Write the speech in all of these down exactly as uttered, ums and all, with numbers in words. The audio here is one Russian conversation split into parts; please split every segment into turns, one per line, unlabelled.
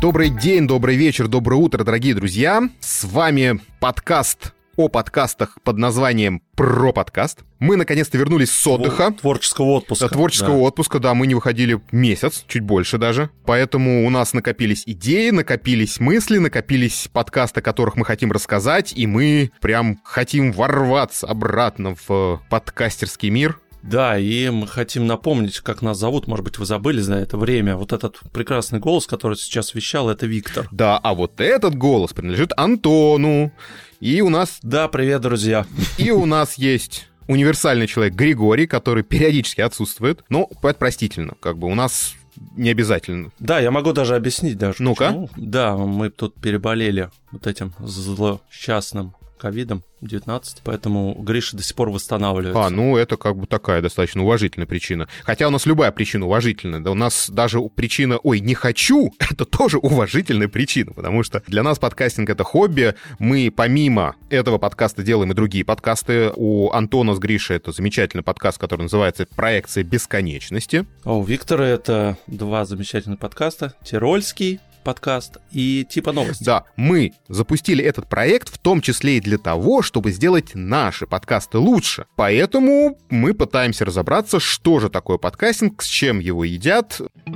Добрый день, добрый вечер, доброе утро, дорогие друзья. С вами подкаст о подкастах под названием «Про подкаст». Мы наконец-то вернулись с отдыха.
Творческого отпуска.
Творческого
да.
отпуска, да, мы не выходили месяц, чуть больше даже. Поэтому у нас накопились идеи, накопились мысли, накопились подкасты, о которых мы хотим рассказать, и мы прям хотим ворваться обратно в подкастерский мир.
Да, и мы хотим напомнить, как нас зовут, может быть, вы забыли за это время. Вот этот прекрасный голос, который сейчас вещал, это Виктор.
Да, а вот этот голос принадлежит Антону. И у нас...
Да, привет, друзья.
И у нас есть универсальный человек Григорий, который периодически отсутствует. Но это простительно, как бы у нас не обязательно.
Да, я могу даже объяснить даже.
Ну-ка.
Почему. Да, мы тут переболели вот этим злосчастным ковидом девятнадцать, поэтому Гриша до сих пор восстанавливается.
А, ну это как бы такая достаточно уважительная причина. Хотя у нас любая причина уважительная. Да у нас даже причина «ой, не хочу» — это тоже уважительная причина, потому что для нас подкастинг — это хобби. Мы помимо этого подкаста делаем и другие подкасты. У Антона с Гришей это замечательный подкаст, который называется «Проекция бесконечности».
А у Виктора это два замечательных подкаста. Тирольский подкаст и типа новости.
Да, мы запустили этот проект в том числе и для того, чтобы сделать наши подкасты лучше. Поэтому мы пытаемся разобраться, что же такое подкастинг, с чем его едят.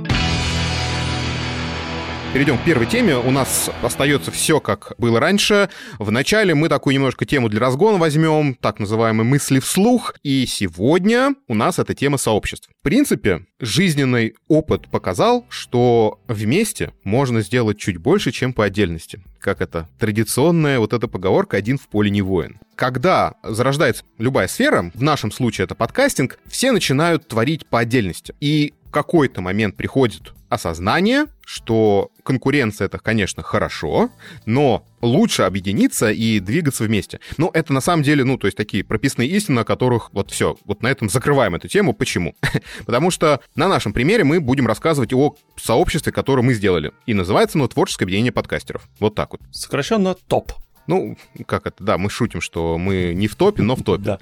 Перейдем к первой теме. У нас остается все, как было раньше. Вначале мы такую немножко тему для разгона возьмем, так называемые мысли вслух. И сегодня у нас эта тема сообществ. В принципе, жизненный опыт показал, что вместе можно сделать чуть больше, чем по отдельности. Как это? Традиционная вот эта поговорка «один в поле не воин». Когда зарождается любая сфера, в нашем случае это подкастинг, все начинают творить по отдельности. И в какой-то момент приходит осознание, что конкуренция — это, конечно, хорошо, но лучше объединиться и двигаться вместе. Ну, это на самом деле, ну, то есть такие прописные истины, о которых вот все, вот на этом закрываем эту тему. Почему? Потому что на нашем примере мы будем рассказывать о сообществе, которое мы сделали. И называется оно «Творческое объединение подкастеров». Вот так вот.
Сокращенно ТОП.
Ну, как это, да, мы шутим, что мы не в топе, но в топе.
Да,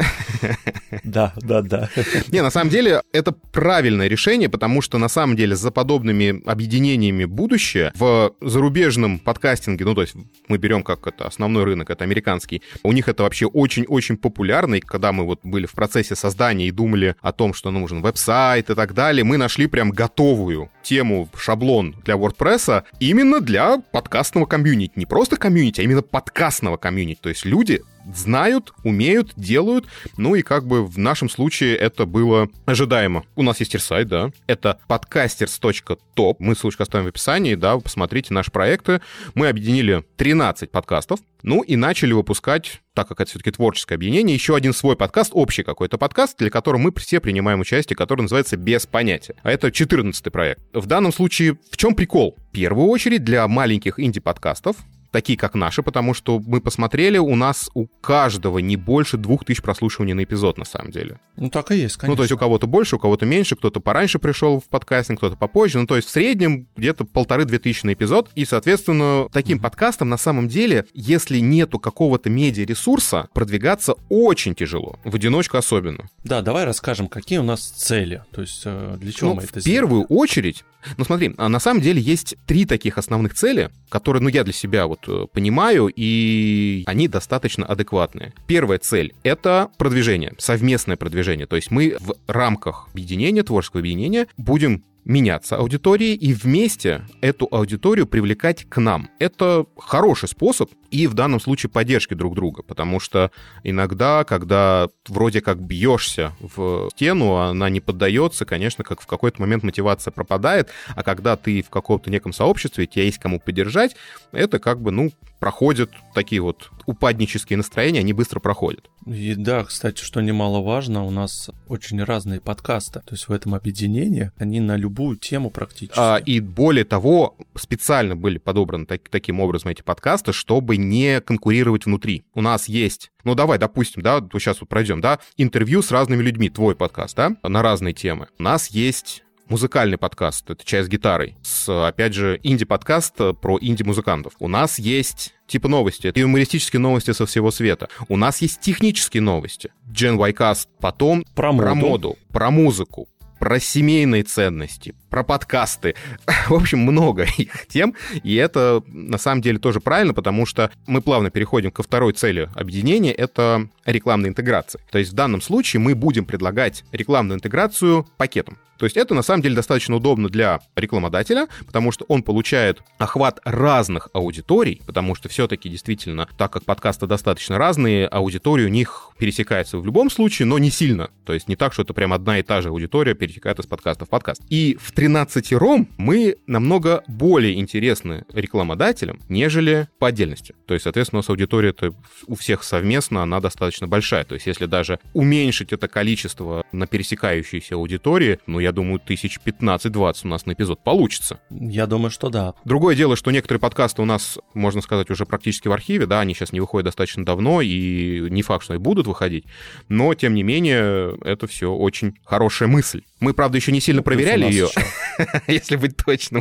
да, да, да.
Не, на самом деле, это правильное решение, потому что, на самом деле, за подобными объединениями будущее в зарубежном подкастинге, ну, то есть мы берем как это основной рынок, это американский, у них это вообще очень-очень популярно, и когда мы вот были в процессе создания и думали о том, что нужен веб-сайт и так далее, мы нашли прям готовую тему, шаблон для WordPress именно для подкастного комьюнити. Не просто комьюнити, а именно подкаст комьюнити, то есть люди знают, умеют, делают, ну и как бы в нашем случае это было ожидаемо. У нас есть сайт, да, это подкастерс точка топ, мы ссылочку оставим в описании, да, вы посмотрите наши проекты. Мы объединили тринадцать подкастов, ну и начали выпускать, так как это все-таки творческое объединение, еще один свой подкаст, общий какой-то подкаст, для которого мы все принимаем участие, который называется «Без понятия». А это четырнадцатый проект. В данном случае в чем прикол? В первую очередь для маленьких инди-подкастов, такие как наши, потому что мы посмотрели, у нас у каждого не больше двух тысяч прослушиваний на эпизод, на самом деле.
Ну, так и есть, конечно.
Ну, то есть у кого-то больше, у кого-то меньше, кто-то пораньше пришел в подкастинг, кто-то попозже. Ну, то есть в среднем где-то полторы-две тысячи на эпизод. И, соответственно, таким mm-hmm. подкастом, на самом деле, если нету какого-то медиаресурса, продвигаться очень тяжело. В одиночку особенно.
Да, давай расскажем, какие у нас цели. То есть для чего
ну,
мы это
в первую
сделали?
очередь... Ну, смотри, на самом деле есть три таких основных цели, которые, ну, я для себя вот понимаю, и они достаточно адекватные. Первая цель — это продвижение, совместное продвижение. То есть мы в рамках объединения, творческого объединения будем меняться аудиторией и вместе эту аудиторию привлекать к нам. Это хороший способ и в данном случае поддержки друг друга, потому что иногда, когда вроде как бьешься в стену, она не поддается, конечно, как в какой-то момент мотивация пропадает, а когда ты в каком-то неком сообществе, тебя есть кому поддержать, это как бы, ну, проходят такие вот упаднические настроения, они быстро проходят.
И да, кстати, что немаловажно, у нас очень разные подкасты. То есть в этом объединении они на любую тему практически.
А, и более того, специально были подобраны так, таким образом эти подкасты, чтобы не конкурировать внутри. У нас есть, ну давай, допустим, да, вот сейчас вот пройдем, да, интервью с разными людьми, твой подкаст, да, на разные темы. У нас есть музыкальный подкаст, это «Чай с гитарой», с, опять же, инди-подкаст про инди-музыкантов. У нас есть типа новости, это юмористические новости со всего света. У нас есть технические новости, Gen Y Cast, потом
про,
про моду, про музыку, про семейные ценности, про подкасты. В общем, много их тем, и это на самом деле тоже правильно, потому что мы плавно переходим ко второй цели объединения — это рекламная интеграция. То есть в данном случае мы будем предлагать рекламную интеграцию пакетом. То есть это на самом деле достаточно удобно для рекламодателя, потому что он получает охват разных аудиторий, потому что все-таки действительно, так как подкасты достаточно разные, аудитория у них пересекается в любом случае, но не сильно. То есть не так, что это прям одна и та же аудитория перетекает из подкаста в подкаст. И в тринадцатером мы намного более интересны рекламодателям, нежели по отдельности. То есть, соответственно, у нас аудитория-то у всех совместно, она достаточно большая. То есть если даже уменьшить это количество на пересекающейся аудитории, ну, я думаю, тысяч пятнадцать-двадцать у нас на эпизод получится.
Я думаю, что да.
Другое дело, что некоторые подкасты у нас, можно сказать, уже практически в архиве, да, они сейчас не выходят достаточно давно, и не факт, что и будут выходить, но, тем не менее, это все очень хорошая мысль. Мы, правда, еще не сильно проверяли ее, если быть точным.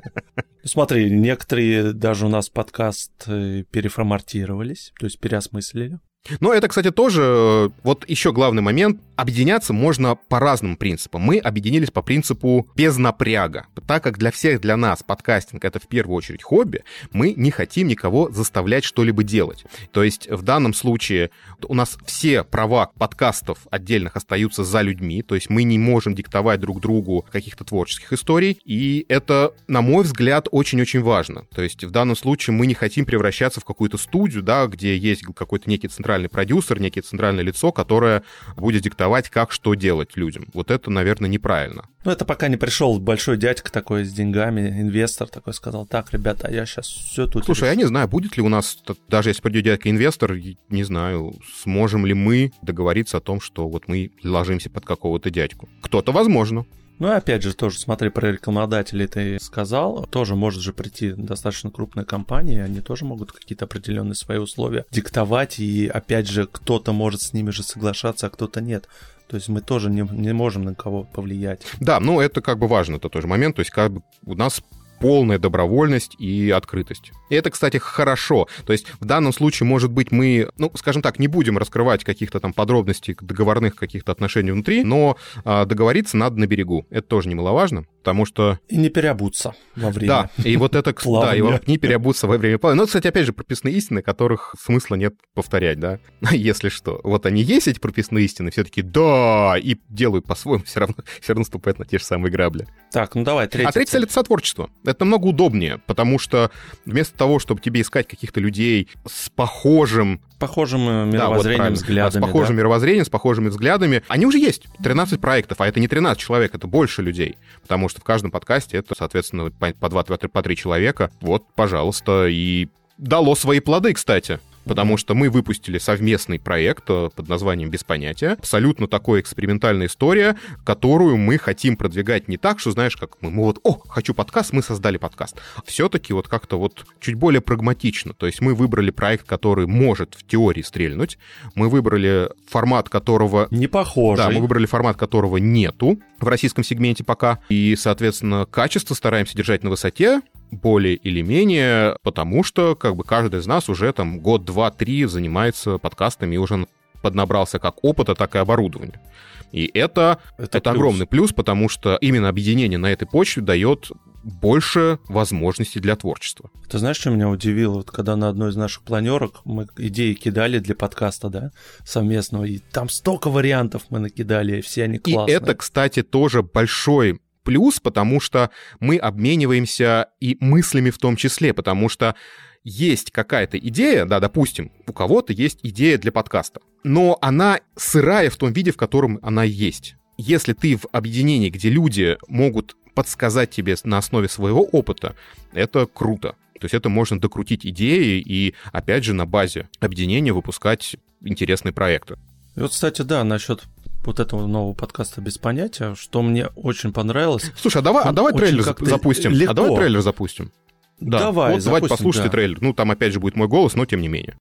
Смотри, некоторые даже у нас подкаст переформатировались, то есть переосмыслили.
Но это, кстати, тоже вот еще главный момент. Объединяться можно по разным принципам. Мы объединились по принципу без напряга. Так как для всех, для нас подкастинг — это в первую очередь хобби, мы не хотим никого заставлять что-либо делать. То есть в данном случае у нас все права подкастов отдельных остаются за людьми, то есть мы не можем диктовать друг другу каких-то творческих историй, и это, на мой взгляд, очень-очень важно. То есть в данном случае мы не хотим превращаться в какую-то студию, да, где есть какой-то некий центральный продюсер, некий центральное лицо, которое будет диктовать, как что делать людям. Вот это, наверное, неправильно.
Ну, это пока не пришел большой дядька такой с деньгами, инвестор такой сказал: так, ребята, я сейчас все тут...
Слушай, я не знаю, будет ли у нас, даже если придет дядька-инвестор, не знаю, сможем ли мы договориться о том, что вот мы ложимся под какого-то дядьку. Кто-то, возможно.
Ну и опять же, тоже смотри, про рекламодателей ты сказал, тоже может же прийти достаточно крупная компания, они тоже могут какие-то определенные свои условия диктовать, и опять же, кто-то может с ними же соглашаться, а кто-то нет. То есть мы тоже не, не можем на кого повлиять.
Да, ну это как бы важно, это тоже момент, то есть как бы у нас полная добровольность и открытость. И это, кстати, хорошо. То есть в данном случае, может быть, мы, ну, скажем так, не будем раскрывать каких-то там подробностей договорных каких-то отношений внутри, но а, договориться надо на берегу. Это тоже немаловажно, потому что...
И не переобуться во время.
Да, и вот это, да, и не переобуться во время плавания. Ну, кстати, опять же, прописные истины, которых смысла нет повторять, да, если что. Вот они есть, эти прописные истины, все таки да, и делают по-своему, все равно, все равно наступают на те же самые грабли.
Так, ну давай, третья
А третья цель — это сотворчество. Это намного удобнее, потому что вместо того, чтобы тебе искать каких-то людей с похожим...
Похожим мировоззрением, да, вот взглядами.
Да, с похожим
да?
мировоззрением, с похожими взглядами. Они уже есть. тринадцать проектов, а это не тринадцать человек, это больше людей. Потому что в каждом подкасте это, соответственно, по два, по три человека. Вот, пожалуйста, и дало свои плоды, кстати. Потому что мы выпустили совместный проект под названием «Без понятия». Абсолютно такая экспериментальная история, которую мы хотим продвигать не так, что, знаешь, как мы, мы вот, о, хочу подкаст, мы создали подкаст. Все-таки вот как-то вот чуть более прагматично. То есть мы выбрали проект, который может в теории стрельнуть. Мы выбрали формат, которого...
Не похожий.
Да, мы выбрали формат, которого нету в российском сегменте пока. И, соответственно, качество стараемся держать на высоте, более или менее, потому что как бы каждый из нас уже там год, два, три занимается подкастами и уже поднабрался как опыта, так и оборудования. И это, это, это огромный плюс, потому что именно объединение на этой почве дает больше возможностей для творчества.
Ты знаешь, что меня удивило? Вот когда на одной из наших планерок мы идеи кидали для подкаста, да, совместного, и там столько вариантов мы накидали, и все они классные.
И это, кстати, тоже большой плюс, потому что мы обмениваемся и мыслями в том числе, потому что есть какая-то идея, да, допустим, у кого-то есть идея для подкаста, но она сырая в том виде, в котором она есть. Если ты в объединении, где люди могут подсказать тебе на основе своего опыта, это круто. То есть это можно докрутить идеи и, опять же, на базе объединения выпускать интересные проекты.
И вот, кстати, да, насчет вот этого нового подкаста «Без понятия», что мне очень понравилось.
Слушай, а давай, а давай трейлер запустим.
Легко.
А давай трейлер запустим. Да.
Давай,
вот давайте послушайте да. трейлер. Ну, там опять же будет мой голос, но тем не менее.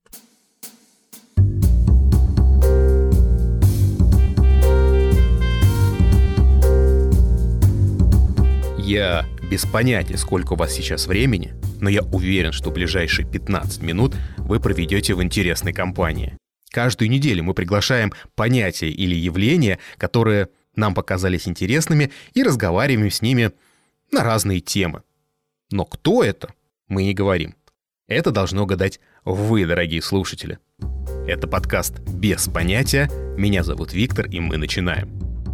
Я без понятия, сколько у вас сейчас времени, но я уверен, что в ближайшие пятнадцать минут вы проведете в интересной компании. Каждую неделю мы приглашаем понятия или явления, которые нам показались интересными, и разговариваем с ними на разные темы. Но кто это, мы не говорим. Это должно гадать вы, дорогие слушатели. Это подкаст «Без понятия». Меня зовут Виктор, и мы начинаем.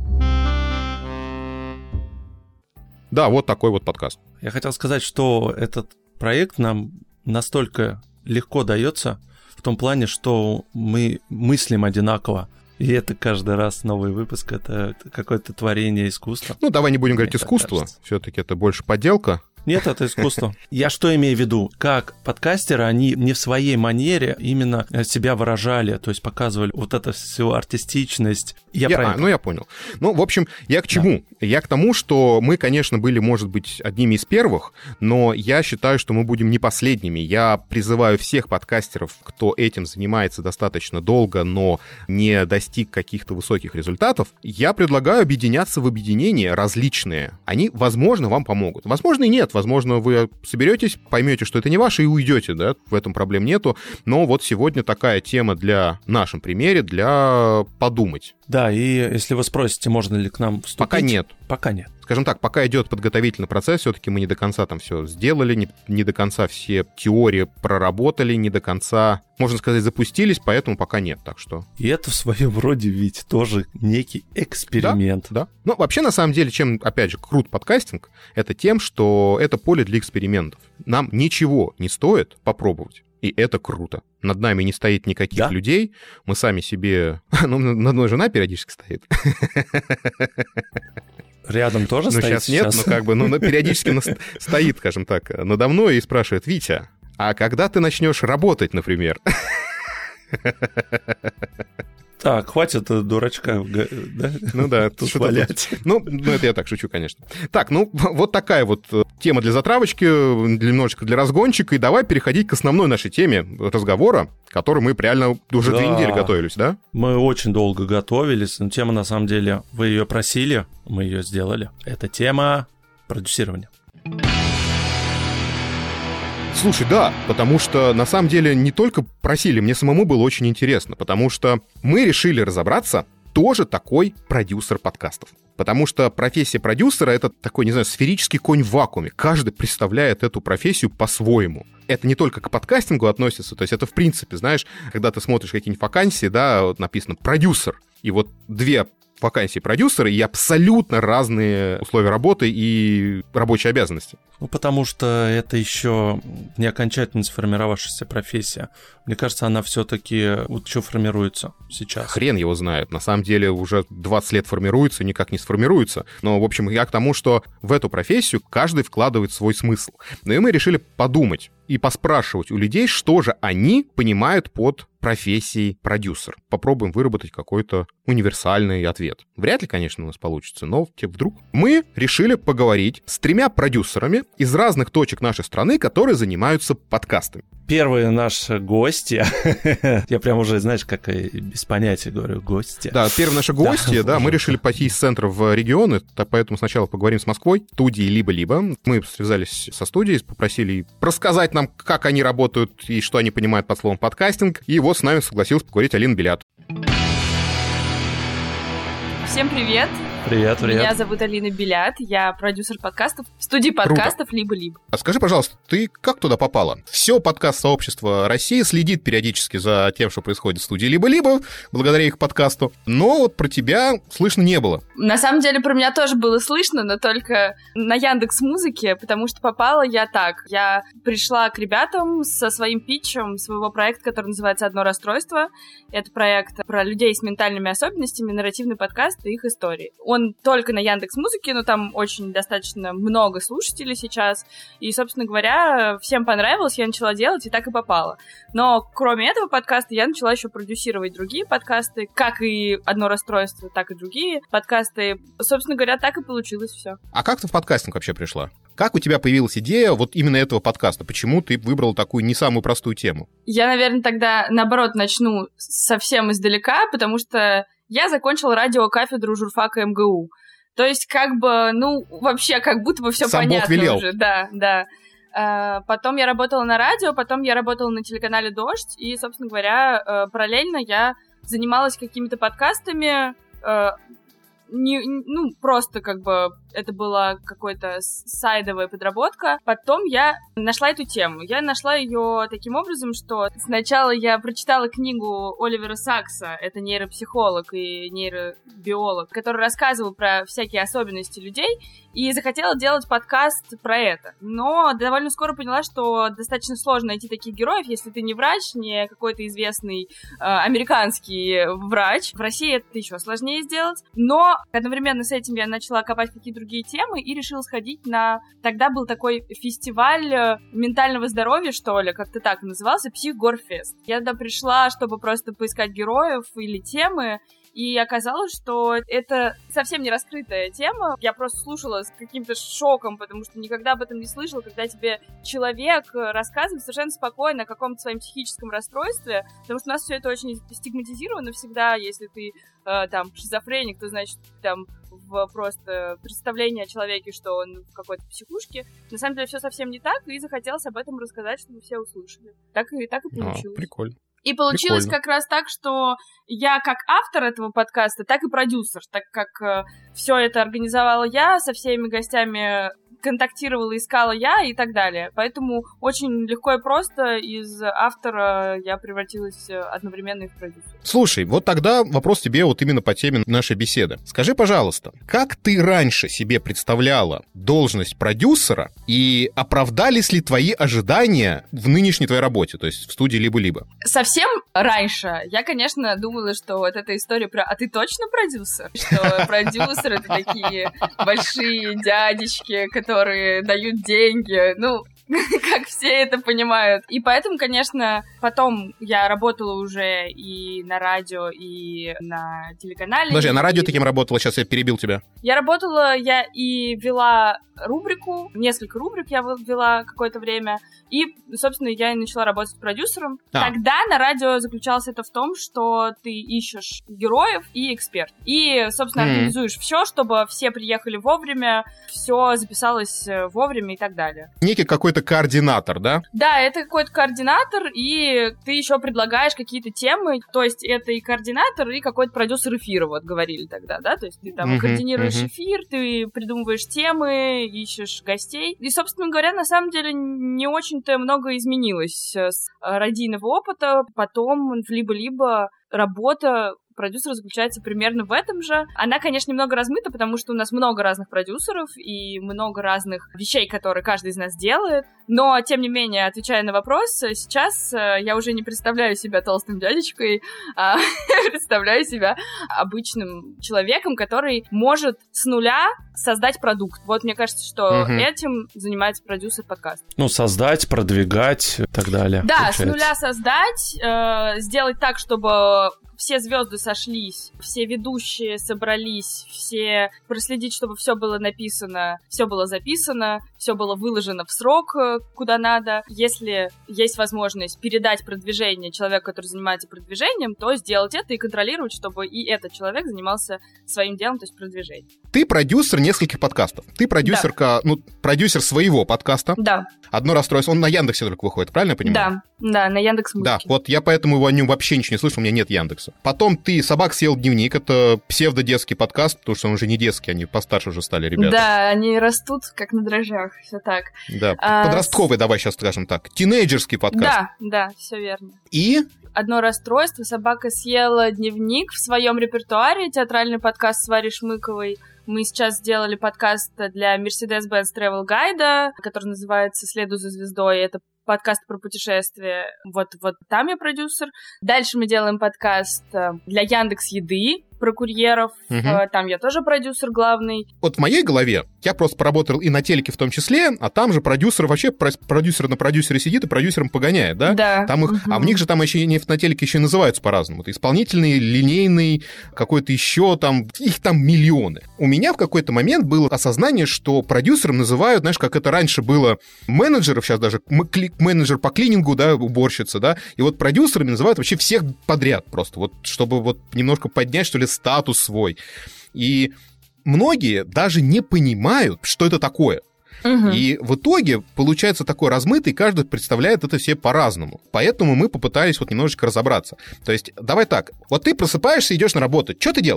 Да, вот такой вот подкаст.
Я хотел сказать, что этот проект нам настолько легко дается в том плане, что мы мыслим одинаково. И это каждый раз новый выпуск, это какое-то творение искусства.
Ну, давай не будем говорить искусство, все-таки это больше подделка.
Нет, это искусство. Я что имею в виду? Как подкастеры, они не в своей манере именно себя выражали, то есть показывали вот эту всю артистичность. Я
я, а, ну, я понял. Ну, в общем, я к чему? Да. Я к тому, что мы, конечно, были, может быть, одними из первых, но я считаю, что мы будем не последними. Я призываю всех подкастеров, кто этим занимается достаточно долго, но не достиг каких-то высоких результатов, я предлагаю объединяться в объединения различные. Они, возможно, вам помогут. Возможно, и нет. Возможно, вы соберетесь, поймете, что это не ваше, и уйдете, да, в этом проблем нету. Но вот сегодня такая тема для, в нашем примере, для подумать.
Да, и если вы спросите, можно ли к нам вступить...
Пока нет.
Пока нет.
Скажем так, пока идет подготовительный процесс, все-таки мы не до конца там все сделали, не, не до конца все теории проработали, не до конца, можно сказать, запустились, поэтому пока нет, так что...
И это в своем роде ведь тоже некий эксперимент.
Да, да. Ну, вообще, на самом деле, чем, опять же, крут подкастинг, это тем, что это поле для экспериментов. Нам ничего не стоит попробовать. И это круто. Над нами не стоит никаких да? людей. Мы сами себе... Ну, над мной жена периодически стоит.
Рядом тоже
ну,
стоит
сейчас? Нет, но как бы, ну, периодически стоит, скажем так, надо мной и спрашивает: Витя, а когда ты начнешь работать, например?
Так, хватит дурачка, да?
Ну да,
тут валять.
Ну, ну, это я так шучу, конечно. Так, ну, вот такая вот тема для затравочки, немножечко для разгончика, и давай переходить к основной нашей теме разговора, к которой мы реально уже да. две недели готовились, да?
Мы очень долго готовились, но тема, на самом деле, вы ее просили, мы ее сделали. Это тема продюсирования.
Слушай, да, потому что на самом деле не только просили, мне самому было очень интересно, потому что мы решили разобраться, тоже такой продюсер подкастов. Потому что профессия продюсера — это такой, не знаю, сферический конь в вакууме. Каждый представляет эту профессию по-своему. Это не только к подкастингу относится, то есть это в принципе, знаешь, когда ты смотришь какие-нибудь вакансии, да, вот написано «продюсер», и вот две вакансии продюсера и абсолютно разные условия работы и рабочие обязанности.
Ну, потому что это еще не окончательно сформировавшаяся профессия. Мне кажется, она все-таки вот еще формируется сейчас.
Хрен его знает. На самом деле уже двадцать лет формируется, никак не сформируется. Но, в общем, я к тому, что в эту профессию каждый вкладывает свой смысл. Ну и мы решили подумать и поспрашивать у людей, что же они понимают под профессией продюсер. Попробуем выработать какой-то универсальный ответ. Вряд ли, конечно, у нас получится, но вдруг. Мы решили поговорить с тремя продюсерами из разных точек нашей страны, которые занимаются подкастами.
Первые наши гости, я прям уже, знаешь, как без понятия говорю, гости.
Да, первые наши гости, да, мы решили пойти из центра в регионы, поэтому сначала поговорим с Москвой, студией «Либо-либо». Мы связались со студией, попросили рассказать нам, как они работают и что они понимают под словом подкастинг, и вот с нами согласилась поговорить Алина Белят.
Всем привет!
Привет, привет.
Меня зовут Алина Белят, я продюсер подкастов в студии подкастов «Либо-либо».
А скажи, пожалуйста, ты как туда попала? Все подкаст-сообщество России следит периодически за тем, что происходит в студии «Либо-либо», благодаря их подкасту, но вот про тебя слышно не было.
На самом деле про меня тоже было слышно, но только на Яндекс.Музыке, потому что попала я так. Я пришла к ребятам со своим питчем своего проекта, который называется «Одно расстройство». Это проект про людей с ментальными особенностями, нарративный подкаст и их истории. Он только на Яндекс.Музыке, но там очень достаточно много слушателей сейчас. И, собственно говоря, всем понравилось, я начала делать, и так и попала. Но кроме этого подкаста я начала еще продюсировать другие подкасты, как и «Одно расстройство», так и другие подкасты. Собственно говоря, так и получилось все.
А как ты в подкастинг вообще пришла? Как у тебя появилась идея вот именно этого подкаста? Почему ты выбрала такую не самую простую тему?
Я, наверное, тогда, наоборот, начну совсем издалека, потому что я закончила радиокафедру журфака эм гэ у. То есть, как бы, ну, вообще, как будто бы все
Сам
понятно
Бог велел.
уже. Да, да. А, потом я работала на радио, потом я работала на телеканале «Дождь», и, собственно говоря, параллельно я занималась какими-то подкастами, не, ну, просто как бы это была какая-то сайдовая подработка. Потом я нашла эту тему. Я нашла ее таким образом, что сначала я прочитала книгу Оливера Сакса, это нейропсихолог и нейробиолог, который рассказывал про всякие особенности людей, и захотела делать подкаст про это. Но довольно скоро поняла, что достаточно сложно найти таких героев, если ты не врач, не какой-то известный э, американский врач. В России это еще сложнее сделать. Но одновременно с этим я начала копать какие-то другие темы и решила сходить на... Тогда был такой фестиваль ментального здоровья, что ли, как-то так и назывался, Психгорфест. Я туда пришла, чтобы просто поискать героев или темы, и оказалось, что это совсем не раскрытая тема. Я просто слушала с каким-то шоком, потому что никогда об этом не слышала, когда тебе человек рассказывает совершенно спокойно о каком-то своем психическом расстройстве, потому что у нас все это очень стигматизировано всегда. Если ты э, там шизофреник, то значит там в просто представление о человеке, что он в какой-то психушке. На самом деле все совсем не так, и захотелось об этом рассказать, чтобы все услышали. Так и, так и получилось.
А, прикольно.
И получилось
Прикольно.
Как раз так, что я как автор этого подкаста, так и продюсер, так как э, все это организовала я, со всеми гостями контактировала, искала я и так далее. Поэтому очень легко и просто из автора я превратилась одновременно и в продюсера.
Слушай, вот тогда вопрос тебе вот именно по теме нашей беседы. Скажи, пожалуйста, как ты раньше себе представляла должность продюсера и оправдались ли твои ожидания в нынешней твоей работе, то есть в студии либо-либо?
Совсем раньше я, конечно, думала, что вот эта история про «а ты точно продюсер?» Что продюсеры — это такие большие дядечки, которые которые дают деньги, ну, как все это понимают. И поэтому, конечно, потом я работала уже и на радио, и на телеканале.
Подожди, а на радио
и...
ты кем работала? Сейчас я перебил тебя.
Я работала, я и вела рубрику, несколько рубрик я вела какое-то время, и, собственно, я и начала работать продюсером. А. Тогда на радио заключалось это в том, что ты ищешь героев и эксперт. И, собственно, mm. организуешь все, чтобы все приехали вовремя, все записалось вовремя и так далее.
Некий какой-то координатор, да?
Да, это какой-то координатор, и ты еще предлагаешь какие-то темы, то есть это и координатор, и какой-то продюсер эфира, вот говорили тогда, да, то есть ты там mm-hmm, координируешь mm-hmm. эфир, ты придумываешь темы, ищешь гостей. И, собственно говоря, на самом деле не очень-то много изменилось с радийного опыта. Потом в либо-либо работа продюсера заключается примерно в этом же. Она, конечно, немного размыта, потому что у нас много разных продюсеров и много разных вещей, которые каждый из нас делает. Но, тем не менее, отвечая на вопрос, сейчас я уже не представляю себя толстым дядечкой, а представляю себя обычным человеком, который может с нуля создать продукт. Вот мне кажется, что угу. этим занимается продюсер подкаста.
Ну, создать, продвигать и так далее.
Да,
получается.
С нуля создать, э, сделать так, чтобы все звезды сошлись, все ведущие собрались, все проследить, чтобы все было написано, все было записано, все было выложено в срок, куда надо. Если есть возможность передать продвижение человеку, который занимается продвижением, то сделать это и контролировать, чтобы и этот человек занимался своим делом, то есть продвижением.
Ты продюсер нескольких подкастов. Ты продюсерка, да. ну, продюсер своего подкаста.
Да.
«Одно расстройство». Он на Яндексе только выходит, правильно я понимаю?
Да, да, на Яндекс.Музыке.
Да, вот я поэтому его о нем вообще ничего не слышал, у меня нет Яндекса. Потом ты «Собак съел дневник», это псевдодетский подкаст, потому что он уже не детский, они постарше уже стали ребята.
Да, они растут как на дрожжах, все так.
Да, а, подростковый, с... давай сейчас скажем так, тинейджерский подкаст.
Да, да, все верно.
И...
«Одно расстройство», «Собака съела дневник» в своем репертуаре, театральный подкаст с Варей Шмыковой. Мы сейчас сделали подкаст для Mercedes-Benz Travel Guide, который называется «Следуй за звездой». Это подкаст про путешествия. Вот, вот там я продюсер. Дальше мы делаем подкаст для Яндекс.Еды про курьеров. Угу. Там я тоже продюсер главный.
Вот в моей голове я просто поработал и на телеке в том числе, а там же продюсер вообще, продюсер на продюсере сидит и продюсером погоняет, да?
Да.
Там их, угу. А в них же там еще не на телеке еще и называются по-разному. Вот исполнительный, линейный, какой-то еще там, их там миллионы. У меня в какой-то момент было осознание, что продюсером называют, знаешь, как это раньше было менеджеров, сейчас даже менеджер по клинингу, да, уборщица, да, и вот продюсерами называют вообще всех подряд просто, вот чтобы вот немножко поднять, что ли, статус свой. И многие даже не понимают, что это такое. Угу. И в итоге получается такой размытый, каждый представляет это все по-разному. Поэтому мы попытались вот немножечко разобраться. То есть, давай так, вот ты просыпаешься, идешь на работу, что ты делаешь?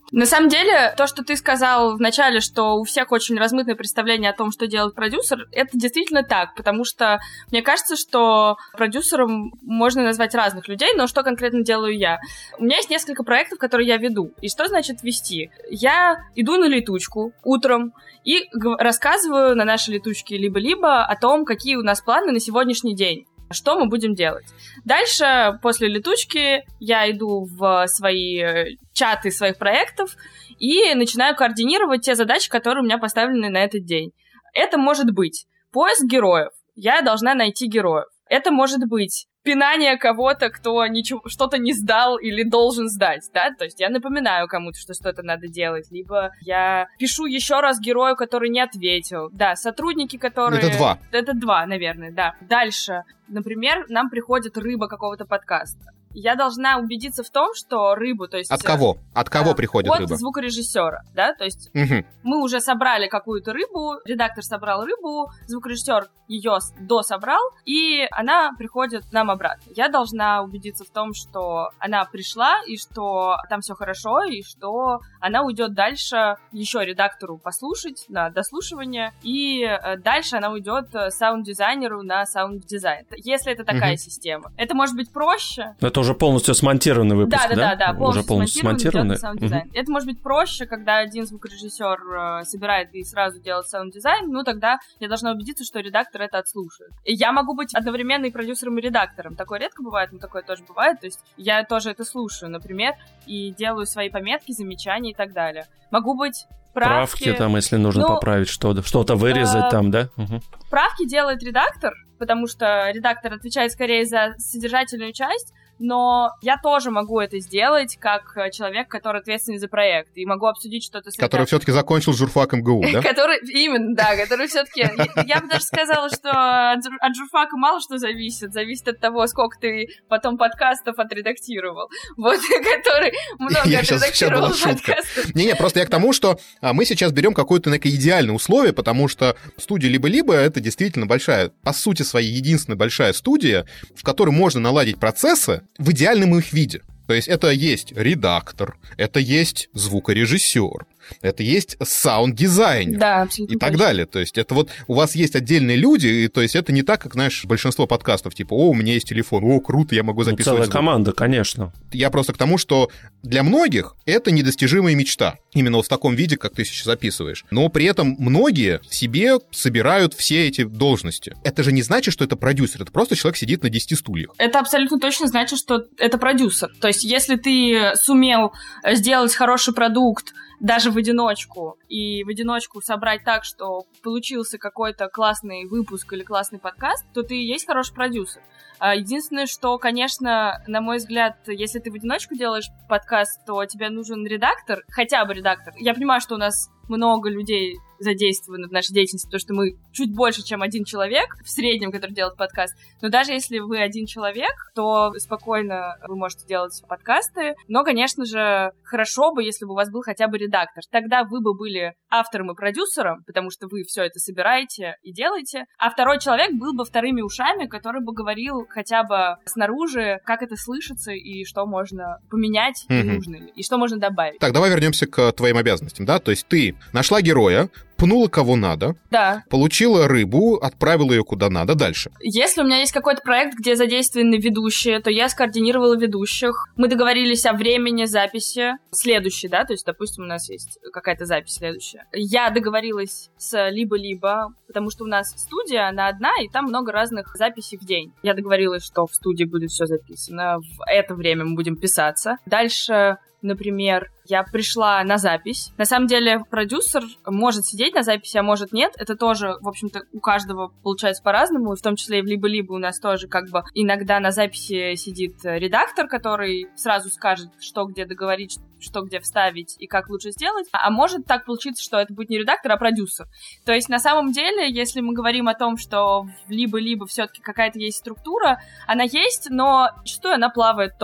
На самом деле, то, что ты сказал вначале, что у всех очень размытое представление о том, что делает продюсер, это действительно так, потому что мне кажется, что продюсером можно назвать разных людей, но что конкретно делаю я? У меня есть несколько проектов, которые я веду. И что значит вести? Я иду на летучку утром и рассказываю на нашей летучке либо-либо о том, какие у нас планы на сегодняшний день. Что мы будем делать? Дальше, после летучки, я иду в свои чаты своих проектов и начинаю координировать те задачи, которые у меня поставлены на этот день. Это может быть поиск героев. Я должна найти героев. Это может быть пинание кого-то, кто ничего, что-то не сдал или должен сдать, да, то есть я напоминаю кому-то, что что-то надо делать, либо я пишу еще раз герою, который не ответил, да, сотрудники, которые...
Это два.
Это два, наверное, да. Дальше, например, нам приходит рыба какого-то подкаста. Я должна убедиться в том, что рыбу, то есть...
От кого? От кого
а,
приходит
от
рыба?
От звукорежиссера, да, то есть
угу.
мы уже собрали какую-то рыбу, редактор собрал рыбу, звукорежиссер ее дособрал, и она приходит нам обратно. Я должна убедиться в том, что она пришла, и что там все хорошо, и что она уйдет дальше еще редактору послушать на дослушивание, и дальше она уйдет саунд-дизайнеру на саунд-дизайн. Если это такая угу. система. Это может быть проще.
Это уже полностью смонтированный выпуск,
да?
Да,
да, да, да, полностью,
уже полностью смонтированный.
саунд-дизайн. Угу. Это может быть проще, когда один звукорежиссер э, собирает и сразу делает саунд-дизайн, ну тогда я должна убедиться, что редактор это отслушает. И я могу быть одновременно и продюсером, и редактором. Такое редко бывает, но такое тоже бывает. То есть я тоже это слушаю, например, и делаю свои пометки, замечания и так далее. Могу быть правки...
Правки там, если нужно ну, поправить что-то, что-то вырезать э, там, да? Угу.
Правки делает редактор, потому что редактор отвечает скорее за содержательную часть, но я тоже могу это сделать как человек, который ответственный за проект, и могу обсудить что-то с
Который все-таки закончил журфак эм гэ у, да?
Который, именно, да, который все-таки... Я бы даже сказала, что от журфака мало что зависит, зависит от того, сколько ты потом подкастов отредактировал. Вот, который много отредактировал подкастов.
Не-не, просто я к тому, что мы сейчас берем какое-то некое идеальное условие, потому что студия «Либо-либо» — это действительно большая, по сути своей, единственная большая студия, в которой можно наладить процессы в идеальном их виде. То есть это есть редактор, это есть звукорежиссер, это есть саунд-дизайнер,
да, абсолютно
и так
точно.
далее. То есть это вот у вас есть отдельные люди, и то есть это не так, как, знаешь, большинство подкастов, типа, о, у меня есть телефон, о, круто, я могу записывать.
Ну, целая
звук.
команда, конечно.
Я просто к тому, что для многих это недостижимая мечта, именно вот в таком виде, как ты сейчас записываешь. Но при этом многие в себе собирают все эти должности. Это же не значит, что это продюсер, это просто человек сидит на десяти стульях.
Это абсолютно точно значит, что это продюсер. То есть если ты сумел сделать хороший продукт, даже в одиночку, и в одиночку собрать так, что получился какой-то классный выпуск или классный подкаст, то ты и есть хороший продюсер. Единственное, что, конечно, на мой взгляд, если ты в одиночку делаешь подкаст, то тебе нужен редактор, хотя бы редактор. Я понимаю, что у нас много людей задействованы в нашей деятельности, потому что мы чуть больше, чем один человек в среднем, который делает подкаст. Но даже если вы один человек, то спокойно вы можете делать подкасты. Но, конечно же, хорошо бы, если бы у вас был хотя бы редактор. Тогда вы бы были автором и продюсером, потому что вы все это собираете и делаете. А второй человек был бы вторыми ушами, который бы говорил хотя бы снаружи, как это слышится и что можно поменять, mm-hmm. и нужно ли, и что можно добавить.
Так, давай вернемся к твоим обязанностям, да? То есть ты нашла героя, пнула кого надо,
да.
получила рыбу, отправила ее куда надо, дальше.
Если у меня есть какой-то проект, где задействованы ведущие, то я скоординировала ведущих. Мы договорились о времени записи следующей, да, то есть, допустим, у нас есть какая-то запись следующая. Я договорилась с либо-либо, потому что у нас студия, она одна, и там много разных записей в день. Я договорилась, что в студии будет все записано, в это время мы будем писаться. Дальше... Например, я пришла на запись. На самом деле, продюсер может сидеть на записи, а может нет. Это тоже, в общем-то, у каждого получается по-разному, и в том числе и в либо-либо у нас тоже как бы иногда на записи сидит редактор, который сразу скажет, что где договорить, что где вставить и как лучше сделать. А может так получиться, что это будет не редактор, а продюсер. То есть, на самом деле, если мы говорим о том, что в либо-либо все-таки какая-то есть структура, она есть, но зачастую она плавает тоже.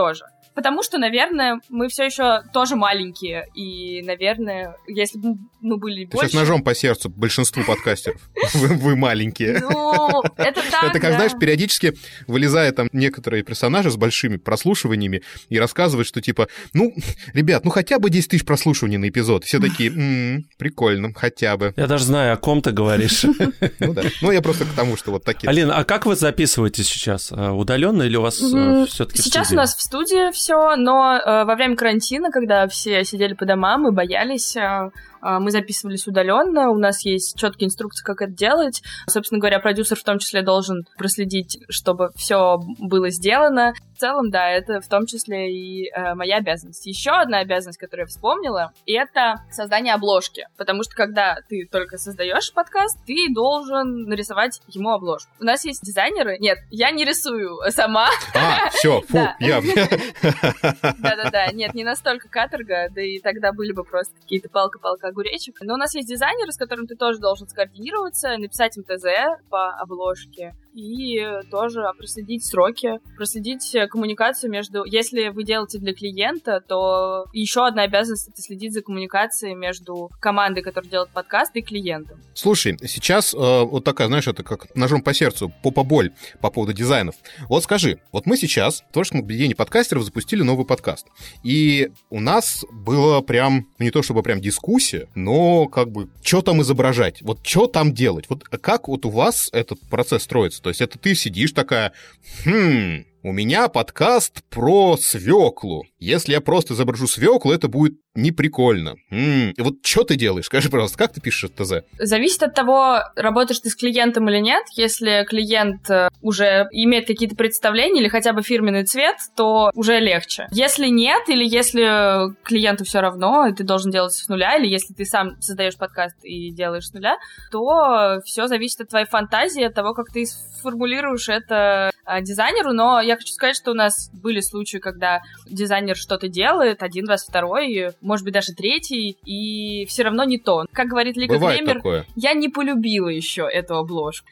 Потому что, наверное, мы все еще тоже маленькие, и, наверное, если бы мы были
Ты
больше...
сейчас ножом по сердцу большинству подкастеров. Вы маленькие.
Ну, это так,
Это как, знаешь, периодически вылезают там некоторые персонажи с большими прослушиваниями и рассказывают, что типа, ну, ребят, ну хотя бы десять тысяч прослушиваний на эпизод. Все такие, прикольно, хотя бы.
Я даже знаю, о ком ты говоришь.
Ну да. Ну я просто к тому, что вот такие.
Алина, а как вы записываетесь сейчас? Удаленно или у вас все-таки
Сейчас у нас в студии все, но во время карантина, когда все сидели по домам и боялись, мы записывались удаленно, у нас есть четкие инструкции, как это делать. Собственно говоря, продюсер в том числе должен проследить, чтобы все было сделано. В целом, да, это в том числе и э, моя обязанность. Еще одна обязанность, которую я вспомнила, это создание обложки. Потому что когда ты только создаешь подкаст, ты должен нарисовать ему обложку. У нас есть дизайнеры. Нет, я не рисую сама.
А, все, фу, я...
Да-да-да, нет, не настолько каторга, да и тогда были бы просто какие-то палка-палка огуречек. Но у нас есть дизайнеры, с которым ты тоже должен скоординироваться, написать им ТЗ по обложке и тоже проследить сроки, проследить коммуникацию между... Если вы делаете для клиента, то еще одна обязанность — это следить за коммуникацией между командой, которая делает подкаст, и клиентом.
Слушай, сейчас э, вот такая, знаешь, это как ножом по сердцу, попа-боль по поводу дизайнов. Вот скажи, вот мы сейчас в творческом объединении подкастеров запустили новый подкаст. И у нас было прям, ну не то чтобы прям дискуссия, но как бы, что там изображать? Вот что там делать? Вот как вот у вас этот процесс строится? То есть это ты сидишь такая, хм, у меня подкаст про свеклу. Если я просто изображу свеклу, это будет неприкольно. М-м. И вот что ты делаешь? Скажи, пожалуйста, как ты пишешь ТЗ?
Зависит от того, работаешь ты с клиентом или нет. Если клиент уже имеет какие-то представления или хотя бы фирменный цвет, то уже легче. Если нет, или если клиенту все равно, и ты должен делать с нуля, или если ты сам создаешь подкаст и делаешь с нуля, то все зависит от твоей фантазии, от того, как ты сформулируешь это дизайнеру. Но я хочу сказать, что у нас были случаи, когда дизайнер что-то делает, один раз, второй, может быть, даже третий, и все равно не то. Как говорит Лика Кремер, я не полюбила еще эту обложку.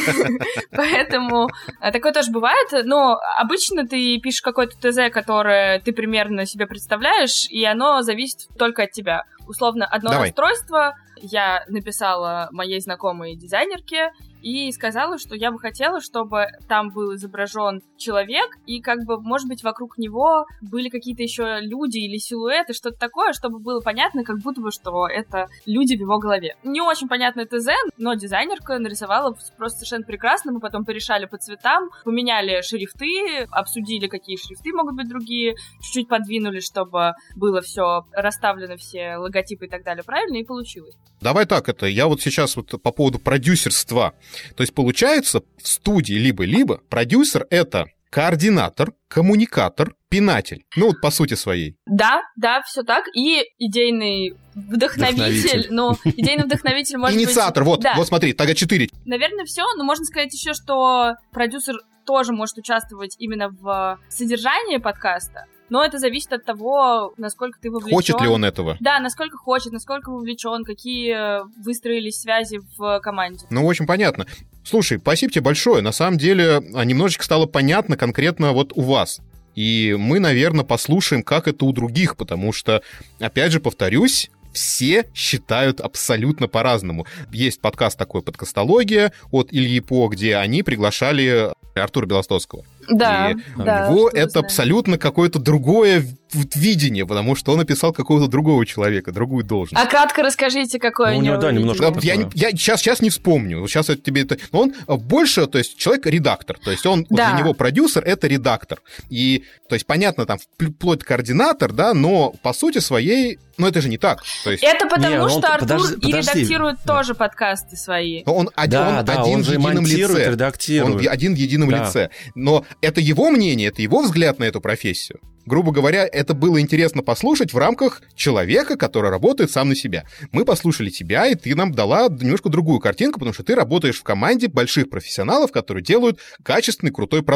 Поэтому такое тоже бывает, но обычно ты пишешь какое-то ТЗ, которое ты примерно себе представляешь, и оно зависит только от тебя. Условно, одно расстройство я написала моей знакомой дизайнерке и сказала, что я бы хотела, чтобы там был изображен человек, и как бы, может быть, вокруг него были какие-то еще люди или силуэты, что-то такое, чтобы было понятно, как будто бы, что это люди в его голове. Не очень понятное ТЗ, но дизайнерка нарисовала просто совершенно прекрасно, мы потом порешали по цветам, поменяли шрифты, обсудили, какие шрифты могут быть другие, чуть-чуть подвинули, чтобы было все расставлено, все логотипы и так далее правильно, и получилось.
Давай так, это я вот сейчас вот по поводу продюсерства. То есть получается в студии либо-либо продюсер — это координатор, коммуникатор, пинатель. Ну вот по сути своей.
Да, да, все так. И идейный вдохновитель. вдохновитель. Ну, идейный вдохновитель может быть...
Инициатор, вот, да. Вот смотри, тогда четыре.
Наверное, все, но можно сказать еще, что продюсер тоже может участвовать именно в содержании подкаста. Но это зависит от того, насколько ты вовлечен.
Хочет ли он этого?
Да, насколько хочет, насколько вовлечен, какие выстроились связи в команде.
Ну, очень понятно. Слушай, спасибо тебе большое. На самом деле, немножечко стало понятно конкретно вот у вас. И мы, наверное, послушаем, как это у других, потому что, опять же, повторюсь, все считают абсолютно по-разному. Есть подкаст такой «Подкастология» от Ильи По, где они приглашали Артура Белостоцкого.
Да,
и
да.
у него это знаем. Абсолютно какое-то другое видение, потому что он описал какого-то другого человека, другую должность.
А кратко расскажите, какое
ну,
у него
да, немножко
я, я, я сейчас, сейчас не вспомню. Сейчас я тебе это... Он больше, то есть человек-редактор. То есть он, да. вот для него продюсер — это редактор. И, то есть, понятно, там вплоть координатор, да, но по сути своей... Ну, это же не так. То есть...
Это потому, не, что он... Артур
подожди,
и
подожди.
редактирует да. тоже подкасты свои.
Но он,
да,
он
да,
один
он
в едином лице.
Редактирует.
Он один в едином
да.
лице. Но это его мнение, это его взгляд на эту профессию. Грубо говоря, это было интересно послушать в рамках человека, который работает сам на себя. Мы послушали тебя, и ты нам дала немножко другую картинку, потому что ты работаешь в команде больших профессионалов, которые делают качественный, крутой продукт.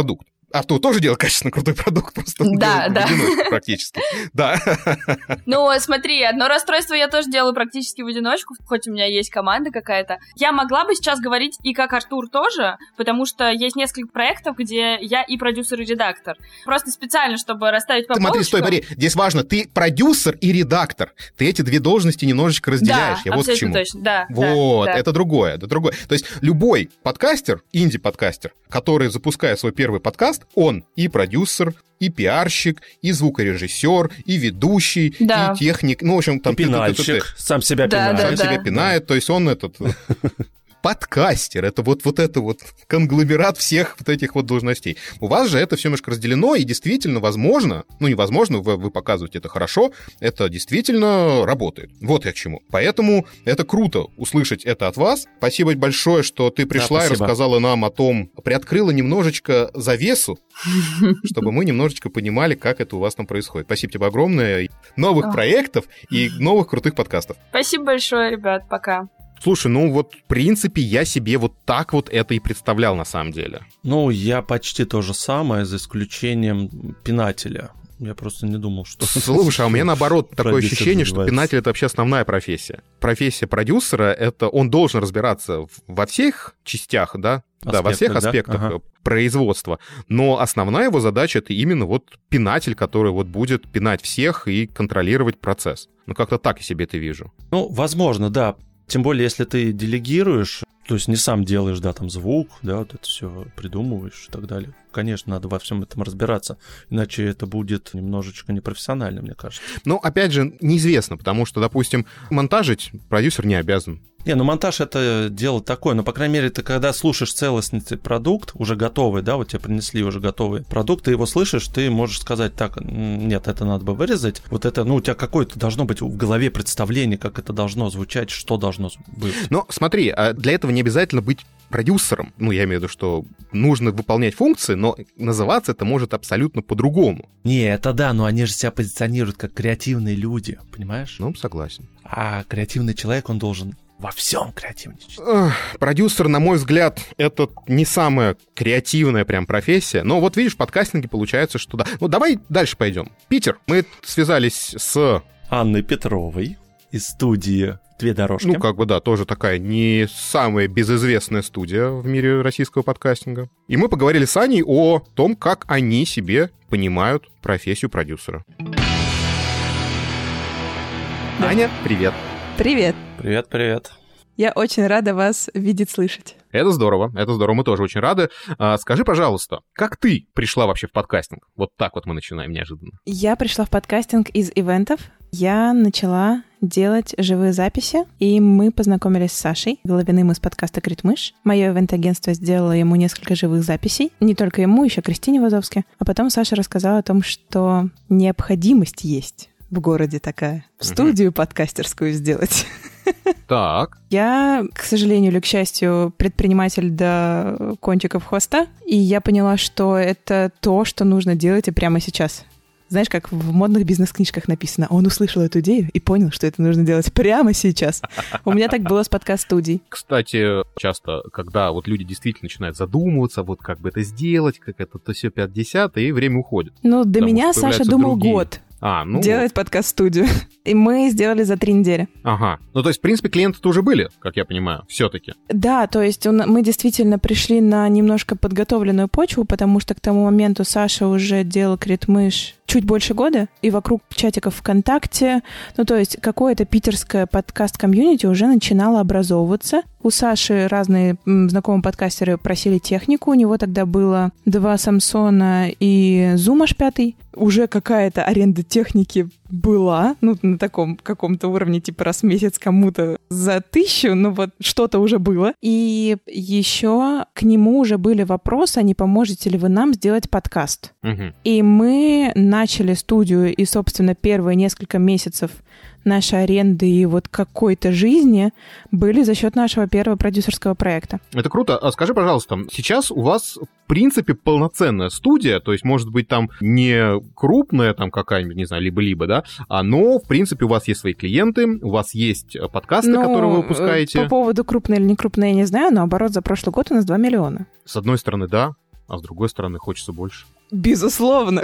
Артур тоже делает качественно крутой продукт, просто он
да,
делает
да.
в одиночку практически. Да.
Ну, смотри, одно расстройство я тоже делаю практически в одиночку, хоть у меня есть команда какая-то. Я могла бы сейчас говорить и как Артур тоже, потому что есть несколько проектов, где я и продюсер, и редактор. Просто специально, чтобы расставить по
Смотри,
полочкам.
стой, смотри, здесь важно, ты продюсер и редактор. Ты эти две должности немножечко разделяешь.
Да,
я вот к чему.
точно, да.
Вот,
да, да.
это другое, это другое. То есть любой подкастер, инди-подкастер, который, запуская свой первый подкаст, он и продюсер, и пиарщик, и звукорежиссер, и ведущий,
да.
и техник. Ну, в общем, там...
И пинальщик, сам себя
да,
пинает.
да,
Сам
да.
себя пинает, то есть он этот... Подкастер, это вот, вот это вот конгломерат всех вот этих вот должностей. У вас же это все немножко разделено, и действительно, возможно, ну, невозможно, вы, вы показываете это хорошо, это действительно работает. Вот я к чему. Поэтому это круто услышать это от вас. Спасибо большое, что ты пришла
Да,
и рассказала нам о том, приоткрыла немножечко завесу, чтобы мы немножечко понимали, как это у вас там происходит. Спасибо тебе огромное. Новых проектов и новых крутых подкастов.
Спасибо большое, ребят, пока.
Слушай, ну вот, в принципе, я себе вот так вот это и представлял на самом деле.
Ну, я почти то же самое, за исключением пинателя. Я просто не думал, что...
Слушай, а у меня наоборот такое
Продюсер
ощущение, что
называется.
пинатель — это вообще основная профессия. Профессия продюсера — это он должен разбираться в- во всех частях, да? Да, во всех
Аспектах, да?
аспектах
Ага.
э, производства. Но основная его задача — это именно вот пинатель, который вот будет пинать всех и контролировать процесс. Ну, как-то так я себе это вижу.
Ну, возможно, да. Тем более, если ты делегируешь, то есть не сам делаешь, да, там звук, да, вот это все придумываешь и так далее. Конечно, надо во всем этом разбираться, иначе это будет немножечко непрофессионально, мне кажется.
Но, опять же, неизвестно, потому что, допустим, монтажить продюсер не обязан.
Не, ну монтаж это дело такое, но, по крайней мере, ты когда слушаешь целостный продукт, уже готовый, да, вот тебе принесли уже готовый продукт, ты его слышишь, ты можешь сказать, так, нет, это надо бы вырезать, вот это, ну, у тебя какое-то должно быть в голове представление, как это должно звучать, что должно быть.
Но смотри, а для этого не обязательно быть продюсером. Ну, я имею в виду, что нужно выполнять функции, но называться это может абсолютно по-другому.
Не, это да, но они же себя позиционируют как креативные люди, понимаешь?
Ну, согласен.
А креативный человек, он должен во всем креативничать.
Эх, продюсер, на мой взгляд, это не самая креативная прям профессия. Но вот видишь, в подкастинге получается, что да. Ну, давай дальше пойдем. Питер, мы связались с...
Анной Петровой из студии «Две дорожки».
Ну, как бы, да, тоже такая не самая безызвестная студия в мире российского подкастинга. И мы поговорили с Аней о том, как они себе понимают профессию продюсера.
Да.
Аня, привет.
Привет.
Привет, привет.
Я очень рада вас видеть, слышать.
Это здорово, это здорово, мы тоже очень рады. А, скажи, пожалуйста, как ты пришла вообще в подкастинг? Вот так вот мы начинаем неожиданно.
Я пришла в подкастинг из ивентов. Я начала делать живые записи, и мы познакомились с Сашей, Головиным из подкаста «Критмыш». Мое ивент-агентство сделало ему несколько живых записей. Не только ему, еще Кристине Вазовски. А потом Саша рассказала о том, что необходимость есть в городе такая. В студию подкастерскую сделать.
Так.
Я, к сожалению или к счастью, предприниматель до кончиков хвоста, и я поняла, что это то, что нужно делать и прямо сейчас. Знаешь, как в модных бизнес-книжках написано, он услышал эту идею и понял, что это нужно делать прямо сейчас. У меня так было с подкаст-студией.
Кстати, часто, когда вот люди действительно начинают задумываться, вот как бы это сделать, как это то все пятьдесят, и время уходит.
Ну, до
Потому
меня
что
Саша
появляются
думал
другие.
год.
А, ну
делать подкаст-студию. И мы сделали за три недели.
Ага. Ну, то есть, в принципе, клиенты-то уже были, как я понимаю, все-таки.
Да, то есть он, мы действительно пришли на немножко подготовленную почву, потому что к тому моменту Саша уже делал Критмыш чуть больше года, и вокруг чатиков ВКонтакте, ну, то есть какое-то питерское подкаст-комьюнити уже начинало образовываться. У Саши разные м, знакомые подкастеры просили технику, у него тогда было два Самсона и Zoom аш пять. Уже какая-то аренда техники была, ну, на таком каком-то уровне, типа раз в месяц кому-то за тысячу, ну вот что-то уже было. И еще к нему уже были вопросы, а не поможете ли вы нам сделать подкаст?
Угу.
И мы начали студию, и, собственно, первые несколько месяцев нашей аренды и вот какой-то жизни были за счет нашего первого продюсерского проекта.
Это круто. А скажи, пожалуйста, сейчас у вас, в принципе, полноценная студия, то есть, может быть, там не крупная там какая-нибудь, не знаю, либо-либо, да, а, но, в принципе, у вас есть свои клиенты, у вас есть подкасты,
Ну,
которые вы выпускаете.
По поводу крупной или не крупной я не знаю, но оборот за прошлый год у нас два миллиона.
С одной стороны, да. а с другой стороны хочется больше.
Безусловно.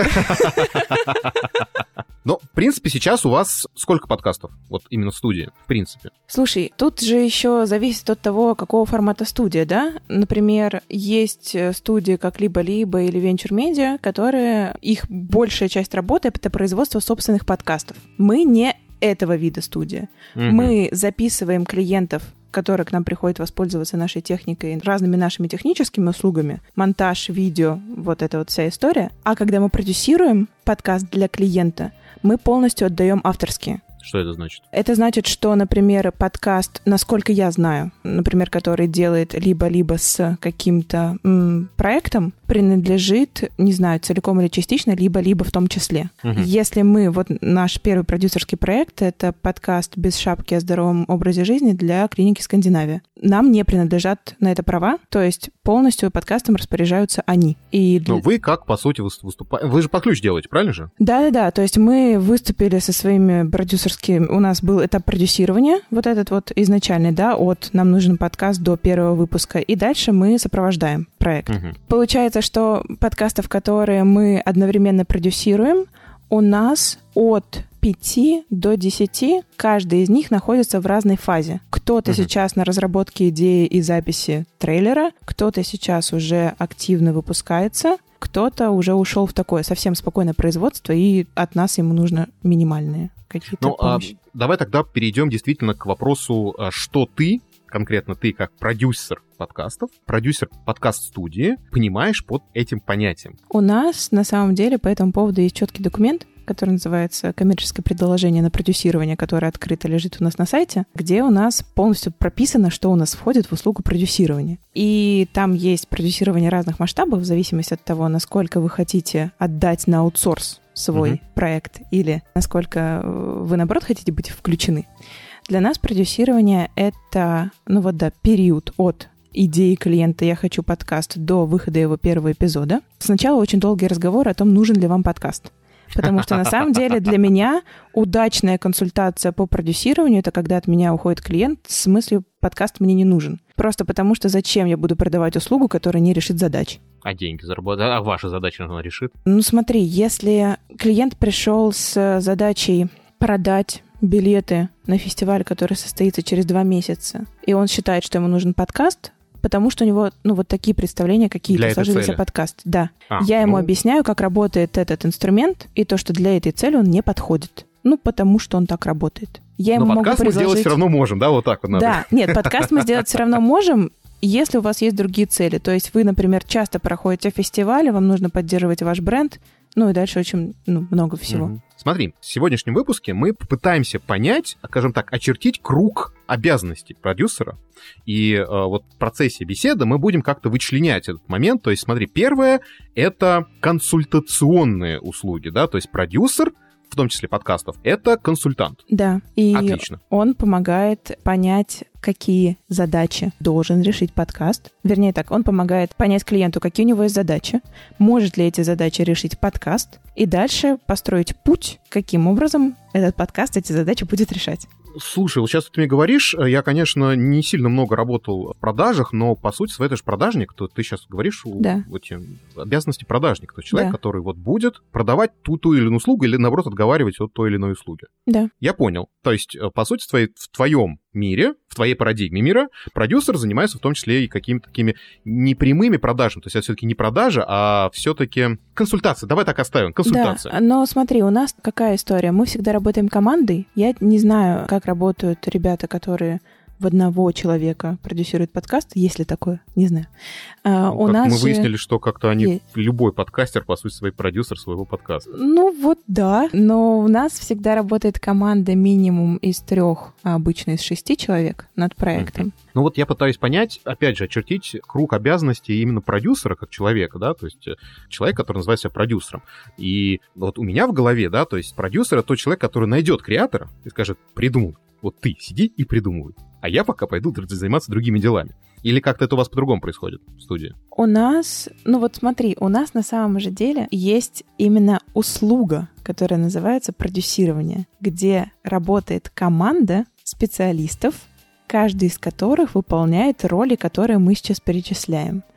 Но, в принципе, сейчас у вас сколько подкастов? Вот именно в студии, в принципе.
Слушай, тут же еще зависит от того, какого формата студия, да? Например, есть студии как Либо-Либо или Venture Media, которые, их большая часть работы — это производство собственных подкастов. Мы не этого вида студия. Mm-hmm. Мы записываем клиентов, которые к нам приходят воспользоваться нашей техникой, разными нашими техническими услугами, монтаж, видео, вот эта вот вся история. А когда мы продюсируем подкаст для клиента, мы полностью отдаем авторские.
Что это значит?
Это значит, что, например, подкаст, насколько я знаю, например, который делает либо-либо с каким-то м, проектом, принадлежит, не знаю, целиком или частично, либо-либо в том числе. Угу. Если мы, вот наш первый продюсерский проект, это подкаст «Без шапки о здоровом образе жизни» для клиники «Скандинавия». Нам не принадлежат на это права, то есть полностью подкастом распоряжаются они. И для...
Но вы как, по сути, выступаете? Вы же под ключ делаете, правильно же?
Да-да-да, то есть мы выступили со своими продюсерскими... У нас был этап продюсирования, вот этот вот изначальный, да, от «нам нужен подкаст» до первого выпуска, и дальше мы сопровождаем проект. Угу. Получается, что подкастов, которые мы одновременно продюсируем, у нас от пяти до десяти, каждый из них находится в разной фазе. Кто-то uh-huh. сейчас на разработке идеи и записи трейлера, кто-то сейчас уже активно выпускается, кто-то уже ушел в такое совсем спокойное производство, и от нас ему нужно минимальные какие-то ну, помощи.
А, давай тогда перейдем действительно к вопросу, что ты, конкретно ты как продюсер подкастов, продюсер подкаст-студии, понимаешь под этим понятием?
У нас на самом деле по этому поводу есть четкий документ, который называется «Коммерческое предложение на продюсирование», которое открыто лежит у нас на сайте, где у нас полностью прописано, что у нас входит в услугу продюсирования. И там есть продюсирование разных масштабов в зависимости от того, насколько вы хотите отдать на аутсорс свой uh-huh. проект или насколько вы, наоборот, хотите быть включены. Для нас продюсирование — это, ну вот да, период от идеи клиента «я хочу подкаст» до выхода его первого эпизода. Сначала очень долгий разговор о том, нужен ли вам подкаст. Потому что на самом деле для меня удачная консультация по продюсированию — это когда от меня уходит клиент с мыслью «подкаст мне не нужен». Просто потому что зачем я буду продавать услугу, которая не решит задач?
А деньги заработать? А ваши задачи она решит?
Ну смотри, если клиент пришел с задачей продать билеты на фестиваль, который состоится через два месяца, и он считает, что ему нужен подкаст, потому что у него, ну, вот такие представления какие-то сложились о подкасте. Да. А, Я ему ну... объясняю, как работает этот инструмент, и то, что для этой цели он не подходит. Ну, потому что он так работает. Я ему
Но подкаст
могу предложить...
мы сделать все равно можем, да? Вот так вот надо.
Да, нет, подкаст мы сделать все равно можем, если у вас есть другие цели. То есть вы, например, часто проходите фестивали, вам нужно поддерживать ваш бренд, ну и дальше очень ну, много всего.
Угу. Смотри, в сегодняшнем выпуске мы попытаемся понять, скажем так, очертить круг обязанностей продюсера. И э, вот в процессе беседы мы будем как-то вычленять этот момент. То есть, смотри, первое — это консультационные услуги, да, то есть продюсер, в том числе подкастов, это консультант.
Да, и
Отлично.
Он помогает понять, какие задачи должен решить подкаст. Вернее так, он помогает понять клиенту, какие у него есть задачи, может ли эти задачи решить подкаст, и дальше построить путь, каким образом этот подкаст эти задачи будет решать.
Слушай, вот сейчас ты мне говоришь, я, конечно, не сильно много работал в продажах, но, по сути, своей, ты же продажник, то ты сейчас говоришь
да.
вот эти обязанности продажника, то есть человек,
да.
который вот будет продавать ту, ту или иную услугу или, наоборот, отговаривать от той или иной услуги.
Да.
Я понял. То есть, по сути, в, твоей, в твоем мире, в твоей парадигме мира, продюсер занимается в том числе и какими-то такими непрямыми продажами. То есть это все-таки не продажа, а все-таки консультация. Давай так оставим, консультация.
Да, но смотри, у нас какая история? Мы всегда работаем командой. Я не знаю, как работают ребята, которые в одного человека продюсируют подкаст, есть ли такое, не знаю. А,
ну,
у нас
мы
же...
выяснили, что как-то они,
есть.
Любой подкастер, по сути, свой продюсер своего подкаста.
Ну вот да, но у нас всегда работает команда минимум из трех, а обычно из шести человек над проектом.
Mm-hmm. Ну вот я пытаюсь понять, опять же, очертить круг обязанностей именно продюсера как человека, да, то есть человек, который называет себя продюсером. И вот у меня в голове, да, то есть продюсер — это тот человек, который найдет креатора и скажет: придумай, вот ты сиди и придумывай, а я пока пойду заниматься другими делами. Или как-то это у вас по-другому происходит в студии?
У нас, ну вот смотри, у нас на самом же деле есть именно услуга, которая называется продюсирование, где работает команда специалистов, каждый из которых выполняет роли, которые мы сейчас перечисляем.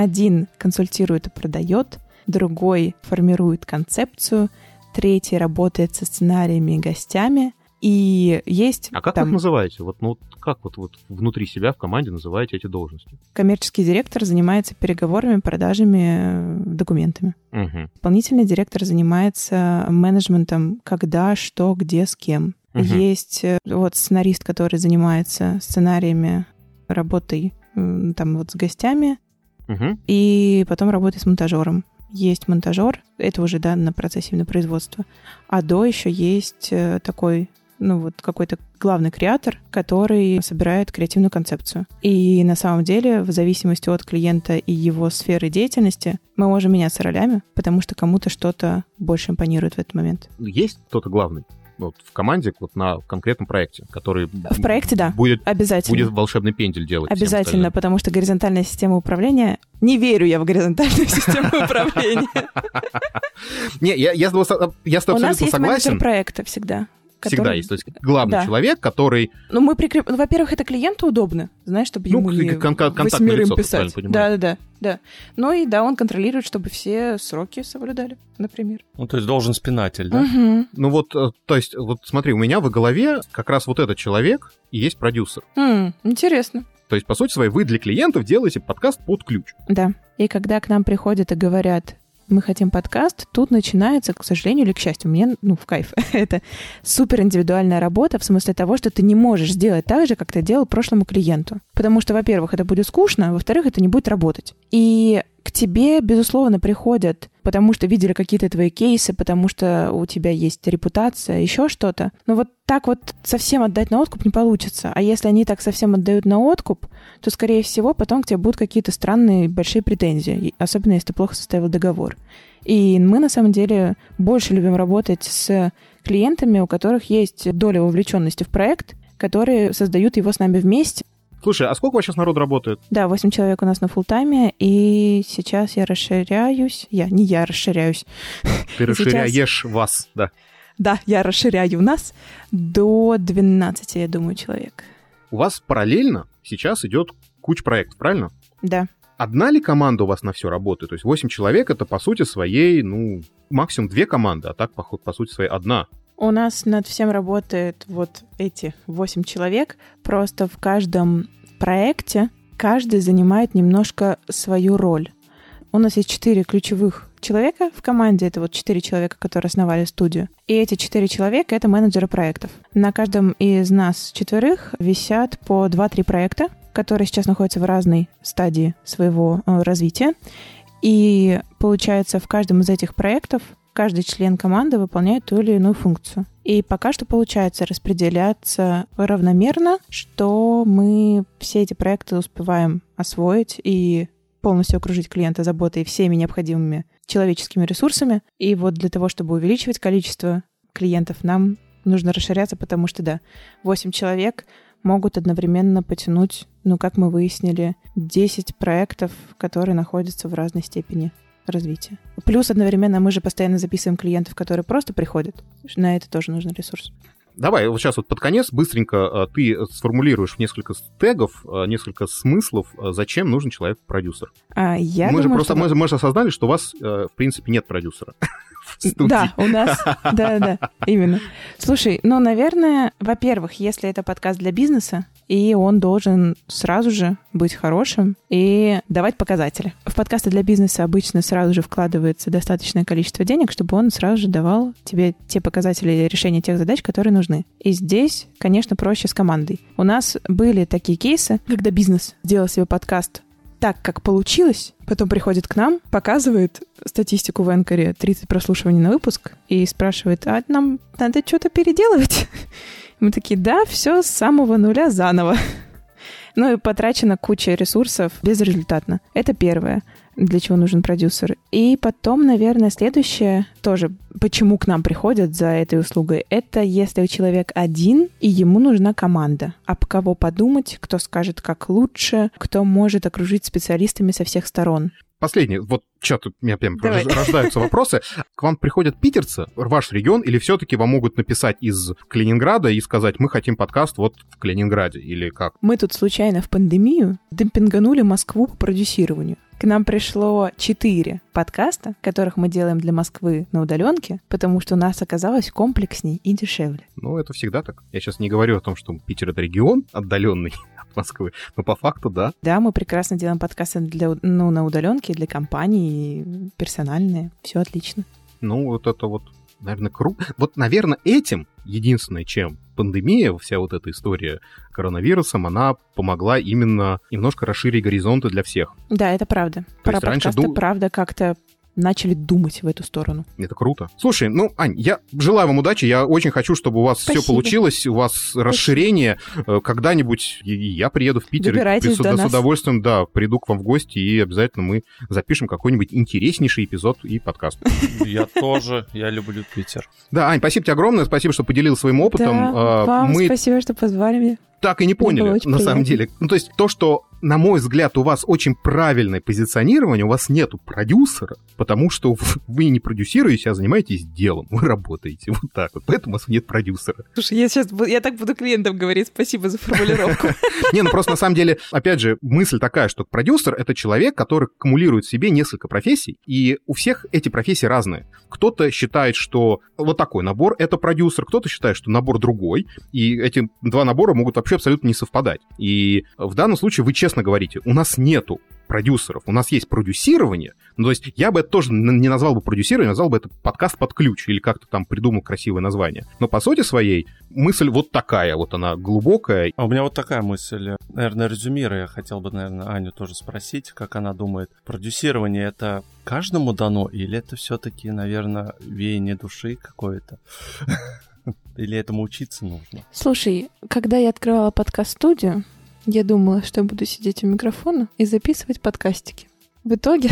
Один консультирует и продает, другой формирует концепцию, третий работает со сценариями и гостями, и есть...
А как
там...
вы их называете? Вот, ну, как вот, вот внутри себя в команде называете эти должности?
Коммерческий директор занимается переговорами, продажами, документами.
Угу.
Исполнительный директор занимается менеджментом, когда, что, где, с кем. Угу. Есть вот сценарист, который занимается сценариями, работой там вот с гостями, угу. и потом работает с монтажером. Есть монтажер, это уже, да, на процессе именно производства. А до еще есть такой, ну вот какой-то главный креатор, который собирает креативную концепцию. И на самом деле, в зависимости от клиента и его сферы деятельности, мы можем меняться ролями, потому что кому-то что-то больше импонирует в этот момент.
Есть кто-то главный? Вот в команде, вот на конкретном проекте, который...
В проекте, да,
будет,
обязательно.
Будет волшебный пендель делать.
Обязательно, потому что горизонтальная система управления... Не верю я в горизонтальную систему управления.
Не, я с тобой абсолютно согласен.
У нас есть менеджер проекта всегда.
Всегда который... есть. То есть главный да. человек, который...
Ну, мы прикреп... ну, во-первых, это клиенту удобно, знаешь, чтобы ему
ну,
не
кон- кон-
восьмерым писать. Да-да-да. Да. Ну и да, он контролирует, чтобы все сроки соблюдали, например.
Ну, то есть должен спинатель, да?
Угу.
Ну вот, то есть, вот смотри, у меня в голове как раз вот этот человек и есть продюсер.
М-м, интересно.
То есть, по сути своей, вы для клиентов делаете подкаст под ключ.
Да. И когда к нам приходят и говорят... мы хотим подкаст, тут начинается, к сожалению или к счастью, мне, ну, в кайф, это супер индивидуальная работа в смысле того, что ты не можешь сделать так же, как ты делал прошлому клиенту. Потому что, во-первых, это будет скучно, а во-вторых, это не будет работать. И к тебе, безусловно, приходят, потому что видели какие-то твои кейсы, потому что у тебя есть репутация, еще что-то. Но вот так вот совсем отдать на откуп не получится. А если они так совсем отдают на откуп, то, скорее всего, потом к тебе будут какие-то странные большие претензии, особенно если ты плохо составил договор. И мы, на самом деле, больше любим работать с клиентами, у которых есть доля вовлеченности в проект, которые создают его с нами вместе.
Слушай, а сколько у вас сейчас народ работает?
Да, восемь человек у нас на фуллтайме, и сейчас я расширяюсь. Я, не я расширяюсь.
Ты расширяешь вас, да.
Да, я расширяю нас до двенадцати, я думаю, человек.
У вас параллельно сейчас идет куча проектов, правильно?
Да.
Одна ли команда у вас на все работает? То есть восемь человек — это, по сути своей, ну, максимум две команды, а так, по, по сути своей, одна.
У нас над всем работает вот эти восемь человек. Просто в каждом проекте каждый занимает немножко свою роль. У нас есть четыре ключевых человека в команде. Это вот четыре человека, которые основали студию. И эти четыре человека — это менеджеры проектов. На каждом из нас четверых висят по два-три проекта, которые сейчас находятся в разной стадии своего развития. И получается, в каждом из этих проектов каждый член команды выполняет ту или иную функцию. И пока что получается распределяться равномерно, что мы все эти проекты успеваем освоить и полностью окружить клиента заботой всеми необходимыми человеческими ресурсами. И вот для того, чтобы увеличивать количество клиентов, нам нужно расширяться, потому что, да, восемь человек могут одновременно потянуть, ну, как мы выяснили, десять проектов, которые находятся в разной степени развития. Плюс одновременно мы же постоянно записываем клиентов, которые просто приходят. На это тоже нужен ресурс.
Давай, вот сейчас вот под конец быстренько ты сформулируешь несколько тегов, несколько смыслов, зачем нужен человек-продюсер.
А, я
мы
думаю,
же просто
что...
мы, мы же осознали, что у вас, в принципе, нет продюсера.
Да, у нас, да-да, именно. Слушай, ну, наверное, во-первых, если это подкаст для бизнеса, и он должен сразу же быть хорошим и давать показатели. В подкасты для бизнеса обычно сразу же вкладывается достаточное количество денег, чтобы он сразу же давал тебе те показатели решения тех задач, которые нужны. И здесь, конечно, проще с командой. У нас были такие кейсы, когда бизнес делал себе подкаст так, как получилось, потом приходит к нам, показывает статистику в Энкоре, тридцать прослушиваний на выпуск, и спрашивает, а нам надо что-то переделывать? Мы такие, да, все с самого нуля заново. Ну и потрачена куча ресурсов безрезультатно. Это первое, для чего нужен продюсер. И потом, наверное, следующее, тоже, почему к нам приходят за этой услугой, это если человек один, и ему нужна команда. Об кого подумать, кто скажет, как лучше, кто может окружить специалистами со всех сторон.
Последний, вот что тут у меня прям
Давай.
рождаются вопросы. К вам приходят питерцы, в ваш регион, или все-таки вам могут написать из Калининграда и сказать, мы хотим подкаст вот в Калининграде, или как?
Мы тут случайно в пандемию демпинганули Москву по продюсированию. К нам пришло четыре подкаста, которых мы делаем для Москвы на удаленке, потому что у нас оказалось комплексней и дешевле.
Ну, это всегда так. Я сейчас не говорю о том, что Питер — это регион отдаленный от Москвы, но по факту, да.
Да, мы прекрасно делаем подкасты для, ну, на удаленке, для компаний, персональные. Все отлично.
Ну, вот это вот, наверное, круто. Вот, наверное, этим единственное, чем пандемия, вся вот эта история коронавирусом, она помогла именно немножко расширить горизонты для всех.
Да, это правда. Про подкасты, ду... правда, как-то начали думать в эту сторону.
Это круто. Слушай, ну, Ань, я желаю вам удачи, я очень хочу, чтобы у вас Спасибо. все получилось, у вас Спасибо. расширение. Когда-нибудь я приеду в Питер,
Добирайтесь
и
до
с
нас.
удовольствием, да, приду к вам в гости, и обязательно мы запишем какой-нибудь интереснейший эпизод и подкаст.
Я тоже, я люблю Питер.
Да, Ань, спасибо тебе огромное, спасибо, что поделилась своим опытом.
Да, вам спасибо, что позвали меня.
Так и не поняли, на приятно. самом деле. Ну, то есть то, что, на мой взгляд, у вас очень правильное позиционирование, у вас нету продюсера, потому что вы не продюсируете, а занимаетесь делом, вы работаете. Вот так вот. Поэтому у вас нет продюсера.
Слушай, я сейчас, я так буду клиентам говорить, спасибо за формулировку.
Не, ну просто на самом деле, опять же, мысль такая, что продюсер — это человек, который аккумулирует в себе несколько профессий, и у всех эти профессии разные. Кто-то считает, что вот такой набор — это продюсер, кто-то считает, что набор другой, и эти два набора могут вообще абсолютно не совпадать. И в данном случае вы честно говорите, у нас нету продюсеров, у нас есть продюсирование, ну, то есть я бы это тоже не назвал бы продюсированием, назвал бы это подкаст под ключ, или как-то там придумал красивое название. Но по сути своей мысль вот такая, вот она глубокая.
А у меня вот такая мысль, наверное, резюмируя, я хотел бы, наверное, Аню тоже спросить, как она думает, продюсирование — это каждому дано, или это все-таки, наверное, веяние души какое-то? Или этому учиться нужно?
Слушай, когда я открывала подкаст-студию, я думала, что я буду сидеть у микрофона и записывать подкастики. В итоге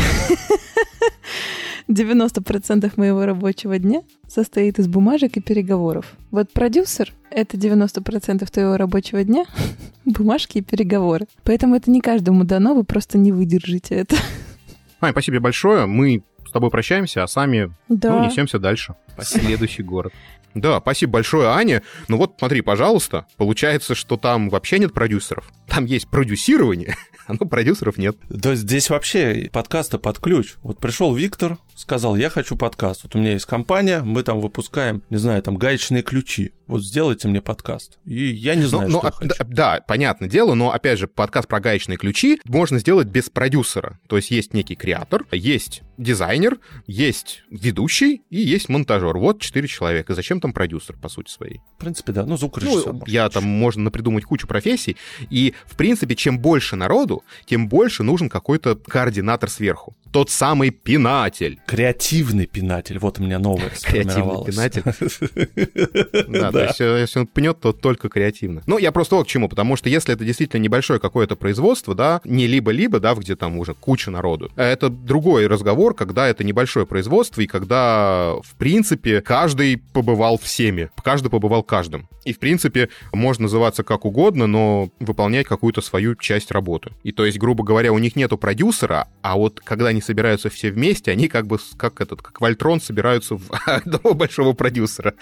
девяносто процентов моего рабочего дня состоит из бумажек и переговоров. Вот продюсер — это девяносто процентов твоего рабочего дня, бумажки и переговоры. Поэтому это не каждому дано, вы просто не выдержите это.
Ань, спасибо большое. Мы с тобой прощаемся, а сами
да.
ну, несемся дальше. В следующий город. Да, спасибо большое, Аня. Ну вот, смотри, пожалуйста, получается, что там вообще нет продюсеров. Там есть продюсирование, а ну продюсеров нет.
Да здесь вообще подкасты под ключ. Вот пришел Виктор, сказал, я хочу подкаст. Вот у меня есть компания, мы там выпускаем, не знаю, там гаечные ключи. Вот сделайте мне подкаст. И я не знаю,
но,
что
но,
я хочу.
Да, да, понятное дело, но, опять же, подкаст про гаечные ключи можно сделать без продюсера. То есть есть некий креатор, есть дизайнер, есть ведущий и есть монтажер. Вот четыре человека. Зачем там продюсер, по сути своей?
В принципе, да. Ну, звукорежиссер.
Ну, я там, можно напридумать кучу профессий. И, в принципе, чем больше народу, тем больше нужен какой-то координатор сверху. Тот самый пинатель.
Креативный пинатель. Вот у меня новое сформировалось.
Креативный пинатель. Да, то есть если он пнет, то только креативно. Ну, я просто вот к чему, потому что если это действительно небольшое какое-то производство, да, не либо-либо, да, где там уже куча народу, это другой разговор, когда это небольшое производство, и когда, в принципе, каждый побывал всеми, каждый побывал каждым. И, в принципе, можно называться как угодно, но выполнять какую-то свою часть работы. И то есть, грубо говоря, у них нету продюсера, а вот когда они собираются все вместе, они как бы, как этот, как Вольтрон собираются в одного большого продюсера.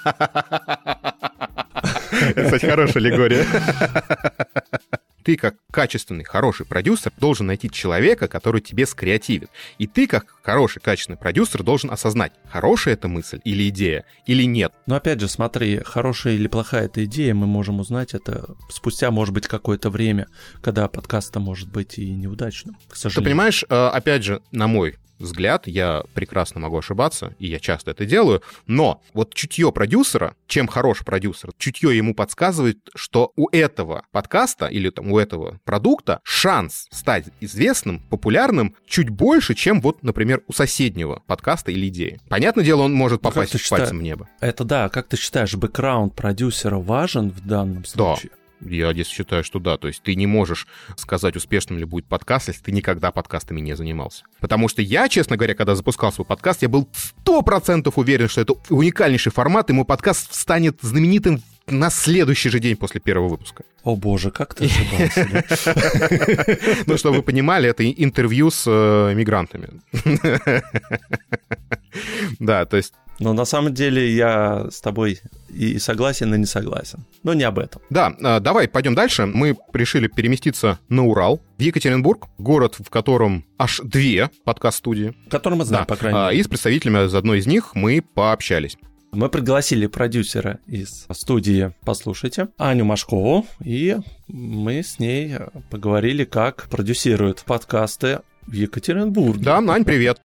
Это, кстати, хорошая аллегория. Ты, как качественный, хороший продюсер, должен найти человека, который тебе скреативит. И ты, как хороший, качественный продюсер, должен осознать, хорошая это мысль или идея, или нет.
Но опять же, смотри, хорошая или плохая эта идея, мы можем узнать это спустя, может быть, какое-то время, когда подкаст-то может быть и неудачным, к сожалению.
Ты понимаешь, опять же, на мой взгляд, я прекрасно могу ошибаться, и я часто это делаю, но вот чутье продюсера, чем хороший продюсер, чутье ему подсказывает, что у этого подкаста или там у этого продукта шанс стать известным, популярным чуть больше, чем вот, например, у соседнего подкаста или идеи. Понятное дело, он может попасть ну, пальцем считаешь, в небо.
Это да, как ты считаешь, бэкграунд продюсера важен в данном случае?
Да. Я здесь считаю, что да. То есть ты не можешь сказать, успешным ли будет подкаст, если ты никогда подкастами не занимался. Потому что я, честно говоря, когда запускал свой подкаст, я был сто процентов уверен, что это уникальнейший формат, и мой подкаст станет знаменитым на следующий же день после первого выпуска.
О боже, как ты ошибался.
Ну, чтобы вы понимали, это интервью с мигрантами. Да, то есть
Но на самом деле я с тобой и согласен, и не согласен. Но не об этом.
Да, давай пойдем дальше. Мы решили переместиться на Урал, в Екатеринбург, город, в котором аж две подкаст-студии.
Который мы знаем,
да.
по крайней мере.
И с представителями из одной из них мы пообщались.
Мы пригласили продюсера из студии «Послушайте», Аню Машкову, и мы с ней поговорили, как продюсируют подкасты в Екатеринбурге.
Да, Ань, привет.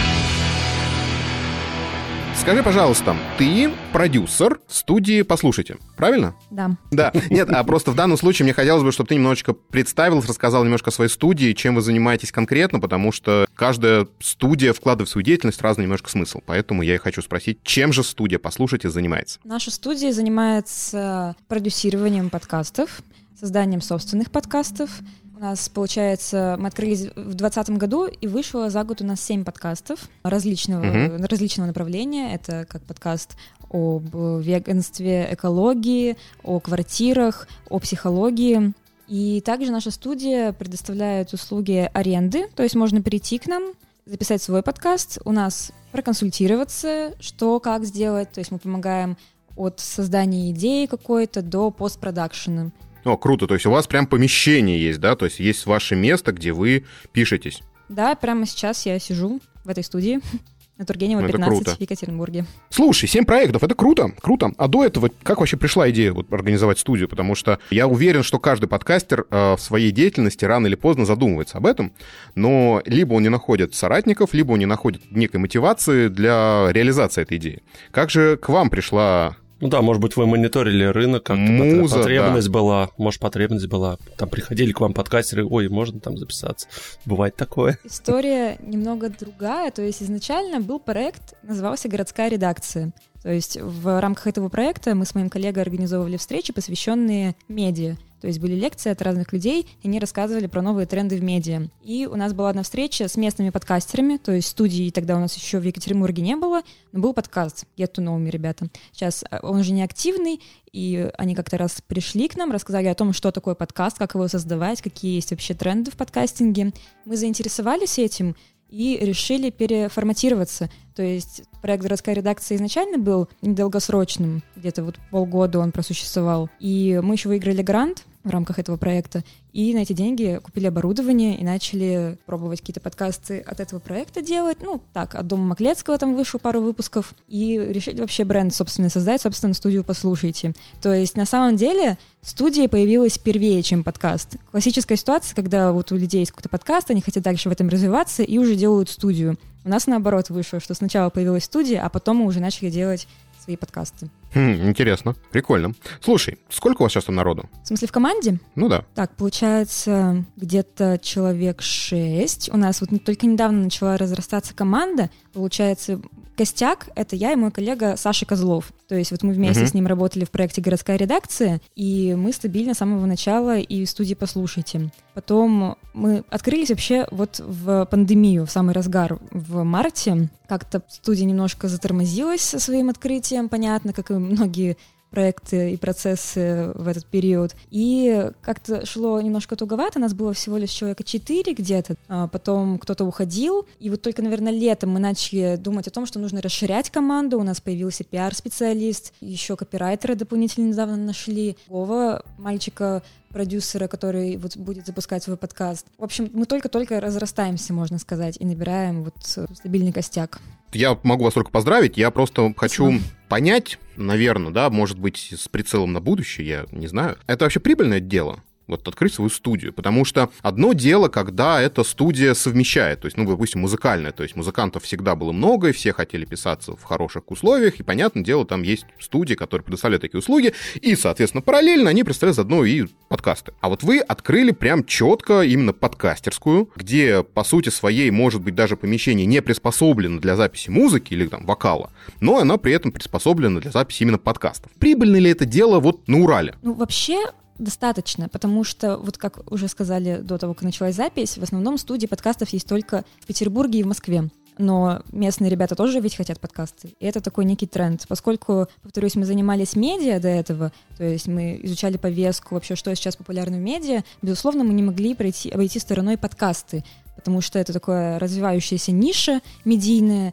Скажи, пожалуйста, ты продюсер студии «Послушайте», правильно?
Да.
Да. Нет, а просто в данном случае мне хотелось бы, чтобы ты немножечко представилась, рассказал немножко о своей студии, чем вы занимаетесь конкретно, потому что каждая студия вкладывает в свою деятельность разный немножко смысл. Поэтому я и хочу спросить, чем же студия «Послушайте» занимается?
Наша студия занимается продюсированием подкастов, созданием собственных подкастов. У нас, получается, мы открылись в двадцатом году, и вышло за год у нас семь подкастов различного, uh-huh. различного направления. Это как подкаст об веганстве, экологии, о квартирах, о психологии. И также наша студия предоставляет услуги аренды, то есть можно прийти к нам, записать свой подкаст, у нас проконсультироваться, что, как сделать. То есть мы помогаем от создания идеи какой-то до постпродакшена.
О, круто, то есть у вас прям помещение есть, да? То есть есть ваше место, где вы пишетесь.
Да, прямо сейчас я сижу в этой студии на Тургенева пятнадцать в Екатеринбурге.
Слушай, семь проектов, это круто, круто. А до этого как вообще пришла идея вот организовать студию? Потому что я уверен, что каждый подкастер э, в своей деятельности рано или поздно задумывается об этом, но либо он не находит соратников, либо он не находит некой мотивации для реализации этой идеи. Как же к вам пришла...
Ну да, может быть, вы мониторили рынок, как
Муза,
потребность
да.
была, может, потребность была, там приходили к вам подкастеры, ой, можно там записаться, бывает такое.
История немного другая, то есть изначально был проект, назывался «Городская редакция». То есть в рамках этого проекта мы с моим коллегой организовывали встречи, посвященные медиа. То есть были лекции от разных людей, и они рассказывали про новые тренды в медиа. И у нас была одна встреча с местными подкастерами, то есть студии тогда у нас еще в Екатеринбурге не было, но был подкаст «Get to Know Me», ребята. Сейчас он уже не активный, и они как-то раз пришли к нам, рассказали о том, что такое подкаст, как его создавать, какие есть вообще тренды в подкастинге. Мы заинтересовались этим и решили переформатироваться. То есть проект «Городская редакция» изначально был недолгосрочным, где-то вот полгода он просуществовал. И мы еще выиграли грант в рамках этого проекта, и на эти деньги купили оборудование и начали пробовать какие-то подкасты от этого проекта делать. Ну, так, от Дома Маклецкого там вышло пару выпусков, и решили вообще бренд собственный создать, собственно, студию «Послушайте». То есть, на самом деле, студия появилась первее, чем подкаст. Классическая ситуация, когда вот у людей есть какой-то подкаст, они хотят дальше в этом развиваться и уже делают студию. У нас наоборот вышло, что сначала появилась студия, а потом мы уже начали делать свои подкасты.
Хм, интересно, прикольно. Слушай, сколько у вас сейчас там народу?
В смысле, в команде?
Ну да.
Так, получается, где-то человек шесть. У нас вот только недавно начала разрастаться команда. Получается, костяк — это я и мой коллега Саша Козлов. То есть вот мы вместе uh-huh. с ним работали в проекте «Городская редакция», и мы стабильно с самого начала и в студии «Послушайте». Потом мы открылись вообще вот в пандемию, в самый разгар, в марте. Как-то студия немножко затормозилась со своим открытием, понятно, как и многие проекты и процессы в этот период. И как-то шло немножко туговато, нас было всего лишь человека четыре где-то, а потом кто-то уходил, и вот только, наверное, летом мы начали думать о том, что нужно расширять команду, у нас появился пиар-специалист, еще копирайтера дополнительно недавно нашли, Вова, мальчика, продюсера, который вот будет запускать свой подкаст. В общем, мы только-только разрастаемся, можно сказать, и набираем вот стабильный костяк.
Я могу вас только поздравить, я просто хочу Спасибо. понять, наверное, да, может быть, с прицелом на будущее, я не знаю. Это вообще прибыльное дело? Вот открыть свою студию, потому что одно дело, когда эта студия совмещает, то есть, ну, допустим, музыкальная, то есть музыкантов всегда было много, и все хотели писаться в хороших условиях, и, понятное дело, там есть студии, которые предоставляют такие услуги, и, соответственно, параллельно они представляют заодно и подкасты. А вот вы открыли прям четко именно подкастерскую, где, по сути своей, может быть, даже помещение не приспособлено для записи музыки или там вокала, но оно при этом приспособлено для записи именно подкастов. Прибыльно ли это дело вот на Урале?
Ну, вообще... Достаточно, потому что, вот как уже сказали до того, как началась запись, в основном студии подкастов есть только в Петербурге и в Москве. Но местные ребята тоже ведь хотят подкасты. И это такой некий тренд. Поскольку, повторюсь, мы занимались медиа до этого, то есть мы изучали повестку, вообще, что сейчас популярно в медиа, безусловно, мы не могли пройти, обойти стороной подкасты, потому что это такая развивающаяся ниша медийная.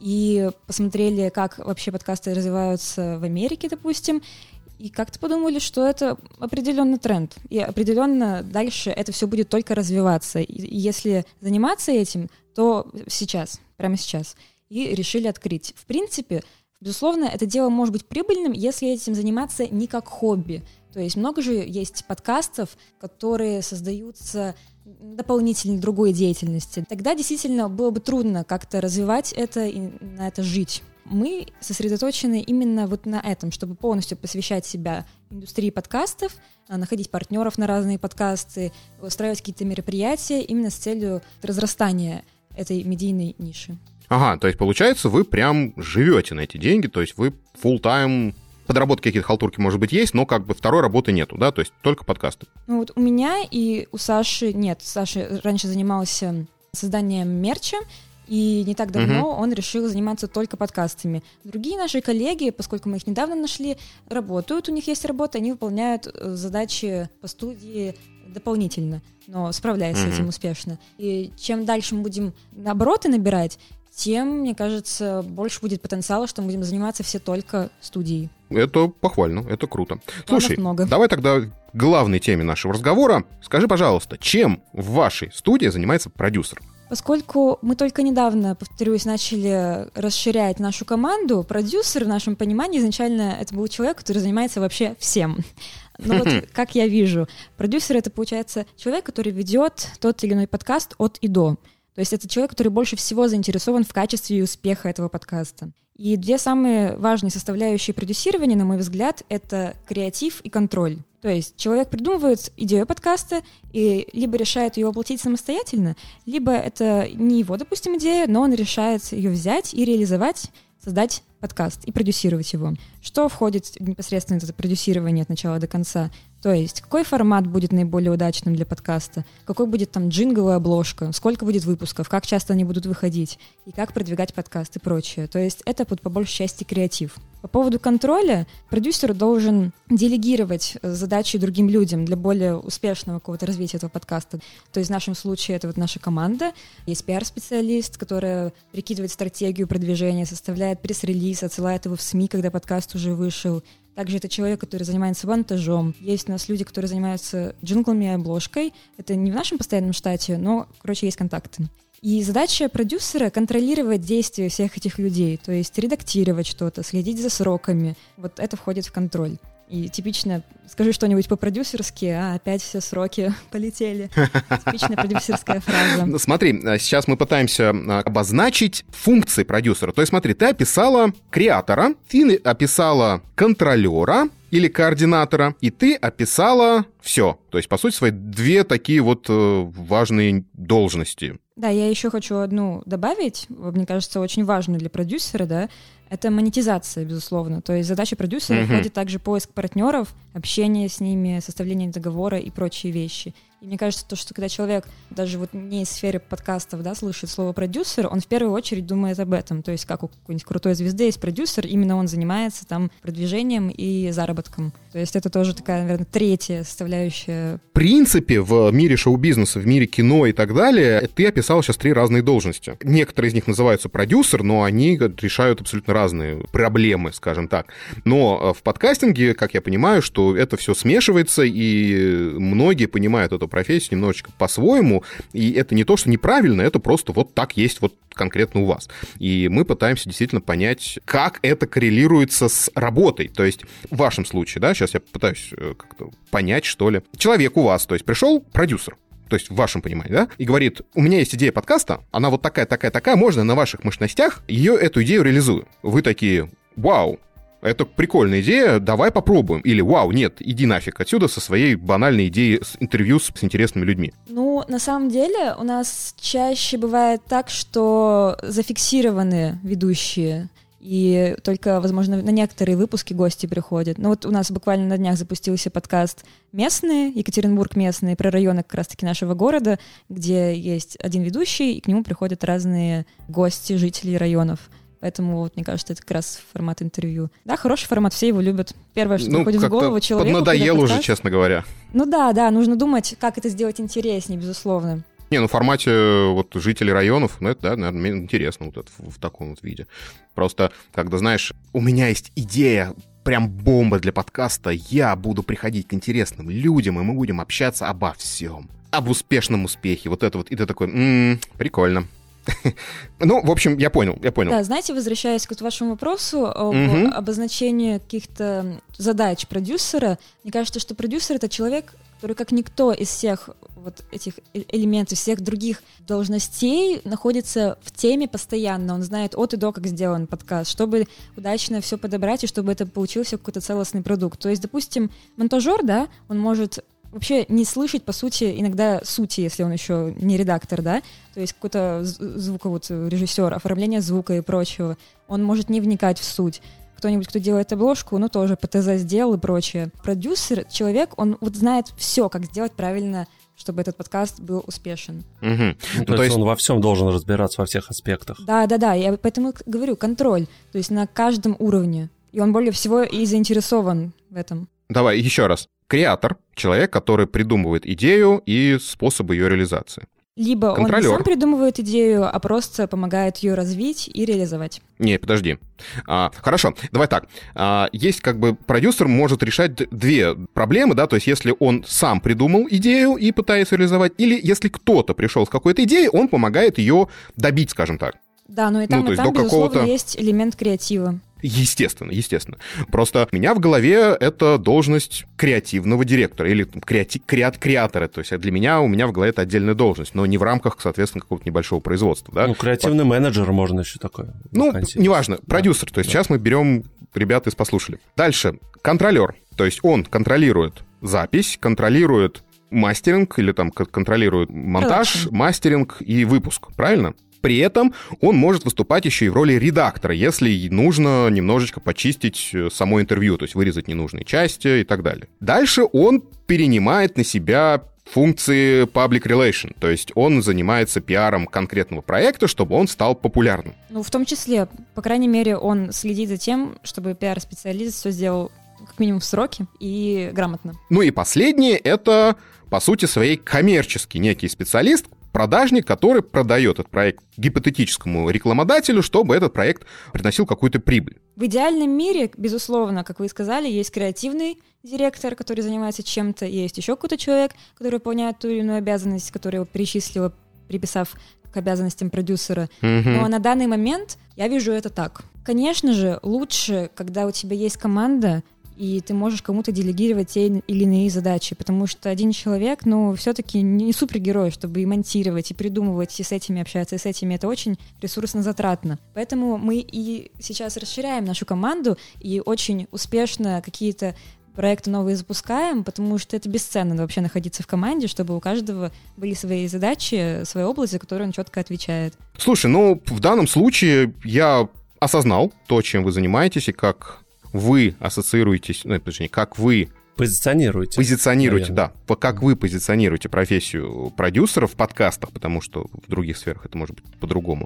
и посмотрели, как вообще подкасты развиваются в Америке, допустим, и как-то подумали, что это определенный тренд, и определенно дальше это все будет только развиваться. И если заниматься этим, то сейчас, прямо сейчас. И решили открыть. В принципе, безусловно, это дело может быть прибыльным, если этим заниматься не как хобби. То есть много же есть подкастов, которые создаются дополнительно другой деятельности. Тогда действительно было бы трудно как-то развивать это и на это жить. Мы сосредоточены именно вот на этом, чтобы полностью посвящать себя индустрии подкастов, находить партнеров на разные подкасты, устраивать какие-то мероприятия именно с целью разрастания этой медийной ниши.
Ага, то есть получается, вы прям живете на эти деньги, то есть вы full-time... Подработки какие-то халтурки, может быть, есть, но как бы второй работы нету, да, то есть только подкасты.
Ну вот у меня и у Саши нет. Саша раньше занимался созданием мерча, и не так давно uh-huh. он решил заниматься только подкастами. Другие наши коллеги, поскольку мы их недавно нашли, работают, у них есть работа, они выполняют задачи по студии дополнительно, но справляясь uh-huh. с этим успешно. И чем дальше мы будем обороты набирать, тем, мне кажется, больше будет потенциала, что мы будем заниматься все только студией.
Это похвально, это круто.
Планов
Слушай,
много.
Давай тогда к главной теме нашего разговора. Скажи, пожалуйста, чем в вашей студии занимается продюсер?
Поскольку мы только недавно, повторюсь, начали расширять нашу команду, продюсер в нашем понимании изначально это был человек, который занимается вообще всем. Но вот как я вижу, продюсер — это, получается, человек, который ведет тот или иной подкаст от и до. То есть это человек, который больше всего заинтересован в качестве и успеха этого подкаста. И две самые важные составляющие продюсирования, на мой взгляд, это креатив и контроль. То есть человек придумывает идею подкаста и либо решает ее воплотить самостоятельно, либо это не его, допустим, идея, но он решает ее взять и реализовать, создать подкаст и продюсировать его. Что входит непосредственно в это продюсирование от начала до конца? То есть какой формат будет наиболее удачным для подкаста, какой будет там джингл и обложка, сколько будет выпусков, как часто они будут выходить, и как продвигать подкаст и прочее. То есть это по большей части креатив. По поводу контроля, продюсер должен делегировать задачи другим людям для более успешного какого-то развития этого подкаста. То есть в нашем случае это вот наша команда, есть пиар-специалист, которая прикидывает стратегию продвижения, составляет пресс-релиз, отсылает его в СМИ, когда подкаст уже вышел. Также это человек, который занимается монтажом. Есть у нас люди, которые занимаются джинглами и обложкой. Это не в нашем постоянном штате, но, короче, есть контакты. И задача продюсера — контролировать действия всех этих людей, то есть редактировать что-то, следить за сроками. Вот это входит в контроль. И типично, скажи что-нибудь по-продюсерски, а опять все сроки полетели. Типичная продюсерская фраза.
Смотри, сейчас мы пытаемся обозначить функции продюсера. То есть смотри, ты описала креатора, ты описала контролера или координатора, и ты описала все. То есть, по сути, свои две такие вот важные должности.
Да, я еще хочу одну добавить, мне кажется, очень важную для продюсера, да, это монетизация, безусловно. То есть задача продюсера uh-huh. входит также поиск партнеров, общение с ними, составление договора и прочие вещи. И мне кажется, то, что когда человек даже вот не из сферы подкастов, да, слышит слово продюсер, он в первую очередь думает об этом. То есть как у какой-нибудь крутой звезды есть продюсер, именно он занимается там продвижением и заработком. То есть это тоже такая, наверное, третья составляющая.
В принципе, в мире шоу-бизнеса, в мире кино и так далее, ты описал сейчас три разные должности. Некоторые из них называются продюсер, но они решают абсолютно разные проблемы, скажем так. Но в подкастинге, как я понимаю, что это все смешивается, и многие понимают эту профессию немножечко по-своему, и это не то, что неправильно, это просто вот так есть вот конкретно у вас. И мы пытаемся действительно понять, как это коррелируется с работой. То есть в вашем случае, да, сейчас я пытаюсь как-то понять, что ли. Человек у вас, то есть пришел продюсер, то есть в вашем понимании, да, и говорит, у меня есть идея подкаста, она вот такая, такая, такая, можно на ваших мощностях ее, эту идею реализую. Вы такие, вау, это прикольная идея, давай попробуем. Или, вау, нет, иди нафиг отсюда со своей банальной идеей с интервью с, с интересными людьми.
Ну, на самом деле, у нас чаще бывает так, что зафиксированы ведущие, и только, возможно, на некоторые выпуски гости приходят. Ну вот у нас буквально на днях запустился подкаст «Местные», Екатеринбург местные, про районы как раз-таки нашего города, где есть один ведущий, и к нему приходят разные гости, жители районов. Поэтому, вот, мне кажется, это как раз формат интервью. Да, хороший формат, все его любят. Первое, что
ну,
приходит в голову человеку.
Поднадоел уже, честно говоря.
Ну да, да, нужно думать, как это сделать интереснее, безусловно.
Не, ну в формате вот жителей районов, ну это, да, наверное, интересно вот это в, в таком вот виде. Просто, когда, знаешь, у меня есть идея, прям бомба для подкаста, я буду приходить к интересным людям, и мы будем общаться обо всем. Об успешном успехе, вот это вот. И ты такой, м-м, прикольно. Ну, в общем, я понял, я понял.
Да, знаете, возвращаясь к вашему вопросу об
Мгм.
обозначении каких-то задач продюсера, мне кажется, что продюсер — это человек, который, как никто из всех вот этих э- элементов, всех других должностей, находится в теме постоянно. Он знает от и до, как сделан подкаст, чтобы удачно все подобрать и чтобы это получился какой-то целостный продукт. То есть, допустим, монтажер, да, он может вообще не слышать, по сути, иногда сути, если он еще не редактор, да, то есть какой-то з- звуковод режиссер, оформление звука и прочего. Он может не вникать в суть. Кто-нибудь, кто делает обложку, ну, тоже ПТЗ сделал и прочее. Продюсер, человек, он вот знает все, как сделать правильно, чтобы этот подкаст был успешен.
Мгм.
Ну,
Ну,
то, есть он во всем должен разбираться, во всех аспектах.
Да-да-да, я поэтому и говорю, контроль, то есть на каждом уровне. И он более всего и заинтересован в этом.
Давай еще раз. Креатор — человек, который придумывает идею и способы ее реализации.
Либо он не
Контролер.
сам придумывает идею, а просто помогает ее развить и реализовать.
Не, подожди. А, хорошо, давай так. А, есть как бы продюсер может решать д- две проблемы, да, то есть если он сам придумал идею и пытается реализовать, или если кто-то пришел с какой-то идеей, он помогает ее добить, скажем так.
Да, но и там,
Ну, то
и
есть
там,
до
безусловно,
какого-то-
есть элемент креатива.
Естественно, естественно. Просто у меня в голове это должность креативного директора или креати- креат- креатора. То есть для меня, у меня в голове это отдельная должность, но не в рамках, соответственно, какого-то небольшого производства. Да?
Ну, креативный менеджер можно еще такое.
Ну,
вакансии.
неважно,
Да.
продюсер. То есть
Да.
сейчас мы берем, ребята из послушали. Дальше, контролер. То есть он контролирует запись, контролирует мастеринг или там к- контролирует монтаж,
Продакшн.
мастеринг и выпуск, правильно? При этом он может выступать еще и в роли редактора, если нужно немножечко почистить э, само интервью, то есть вырезать ненужные части и так далее. Дальше он перенимает на себя функции public relation, то есть он занимается пиаром конкретного проекта, чтобы он стал популярным.
Ну, в том числе, по крайней мере, он следит за тем, чтобы пиар-специалист все сделал как минимум в сроки и грамотно.
Ну и последнее — это, по сути своей, коммерческий некий специалист, продажник, который продает этот проект гипотетическому рекламодателю, чтобы этот проект приносил какую-то прибыль.
В идеальном мире, безусловно, как вы и сказали, есть креативный директор, который занимается чем-то, и есть еще какой-то человек, который выполняет ту или иную обязанность, которую я перечислила, приписав к обязанностям продюсера.
Мгм.
Но на данный момент я вижу это так. Конечно же, лучше, когда у тебя есть команда, и ты можешь кому-то делегировать те или иные задачи, потому что один человек, ну, все-таки не супергерой, чтобы и монтировать, и придумывать, и с этими общаться, и с этими. Это очень ресурсно затратно. Поэтому мы и сейчас расширяем нашу команду, и очень успешно какие-то проекты новые запускаем, потому что это бесценно вообще находиться в команде, чтобы у каждого были свои задачи, своя область, за которую он четко отвечает.
Слушай, ну, в данном случае я осознал то, чем вы занимаетесь, и как вы ассоциируетесь, ну, точнее, как вы
Позиционируете.
позиционируете,
наверное.
да, по- как вы позиционируете профессию продюсера в подкастах, потому что в других сферах это может быть по-другому.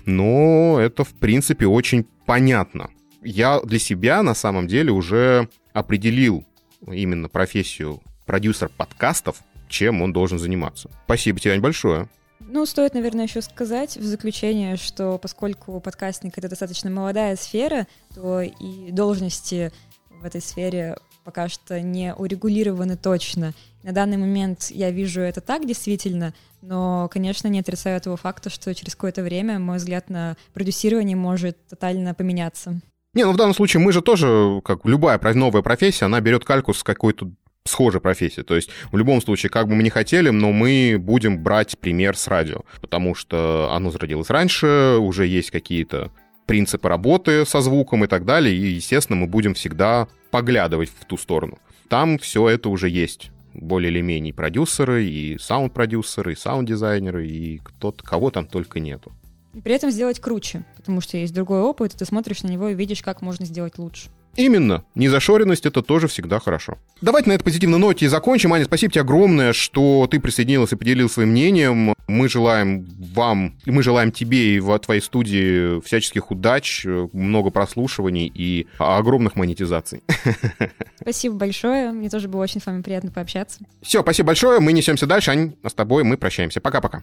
Но это, в принципе, очень понятно. Я для себя, на самом деле, уже определил именно профессию продюсера подкастов, чем он должен заниматься. Спасибо тебе, Ань, большое.
Ну, стоит, наверное, еще сказать в заключение, что поскольку подкастинг — это достаточно молодая сфера, то и должности в этой сфере пока что не урегулированы точно. На данный момент я вижу это так действительно, но, конечно, не отрицаю этого факта, что через какое-то время мой взгляд на продюсирование может тотально поменяться.
Не, ну в данном случае мы же тоже, как любая про- новая профессия, она берет кальку с какой-то схожей профессии. То есть в любом случае, как бы мы ни хотели, но мы будем брать пример с радио, потому что оно зародилось раньше, уже есть какие-то принципы работы со звуком и так далее, и, естественно, мы будем всегда поглядывать в ту сторону. Там все это уже есть. Более или менее продюсеры, и саунд-продюсеры, и саунд-дизайнеры, и кто-то, кого там только нету.
И при этом сделать круче, потому что есть другой опыт, и ты смотришь на него и видишь, как можно сделать лучше.
Именно. Незашоренность — это тоже всегда хорошо. Давайте на этой позитивной ноте и закончим. Аня, спасибо тебе огромное, что ты присоединилась и поделилась своим мнением. Мы желаем вам, и мы желаем тебе и в твоей студии всяческих удач, много прослушиваний и огромных монетизаций.
Спасибо большое. Мне тоже было очень с вами приятно пообщаться.
Все, спасибо большое. Мы несемся дальше. Ань, а с тобой мы прощаемся. Пока-пока.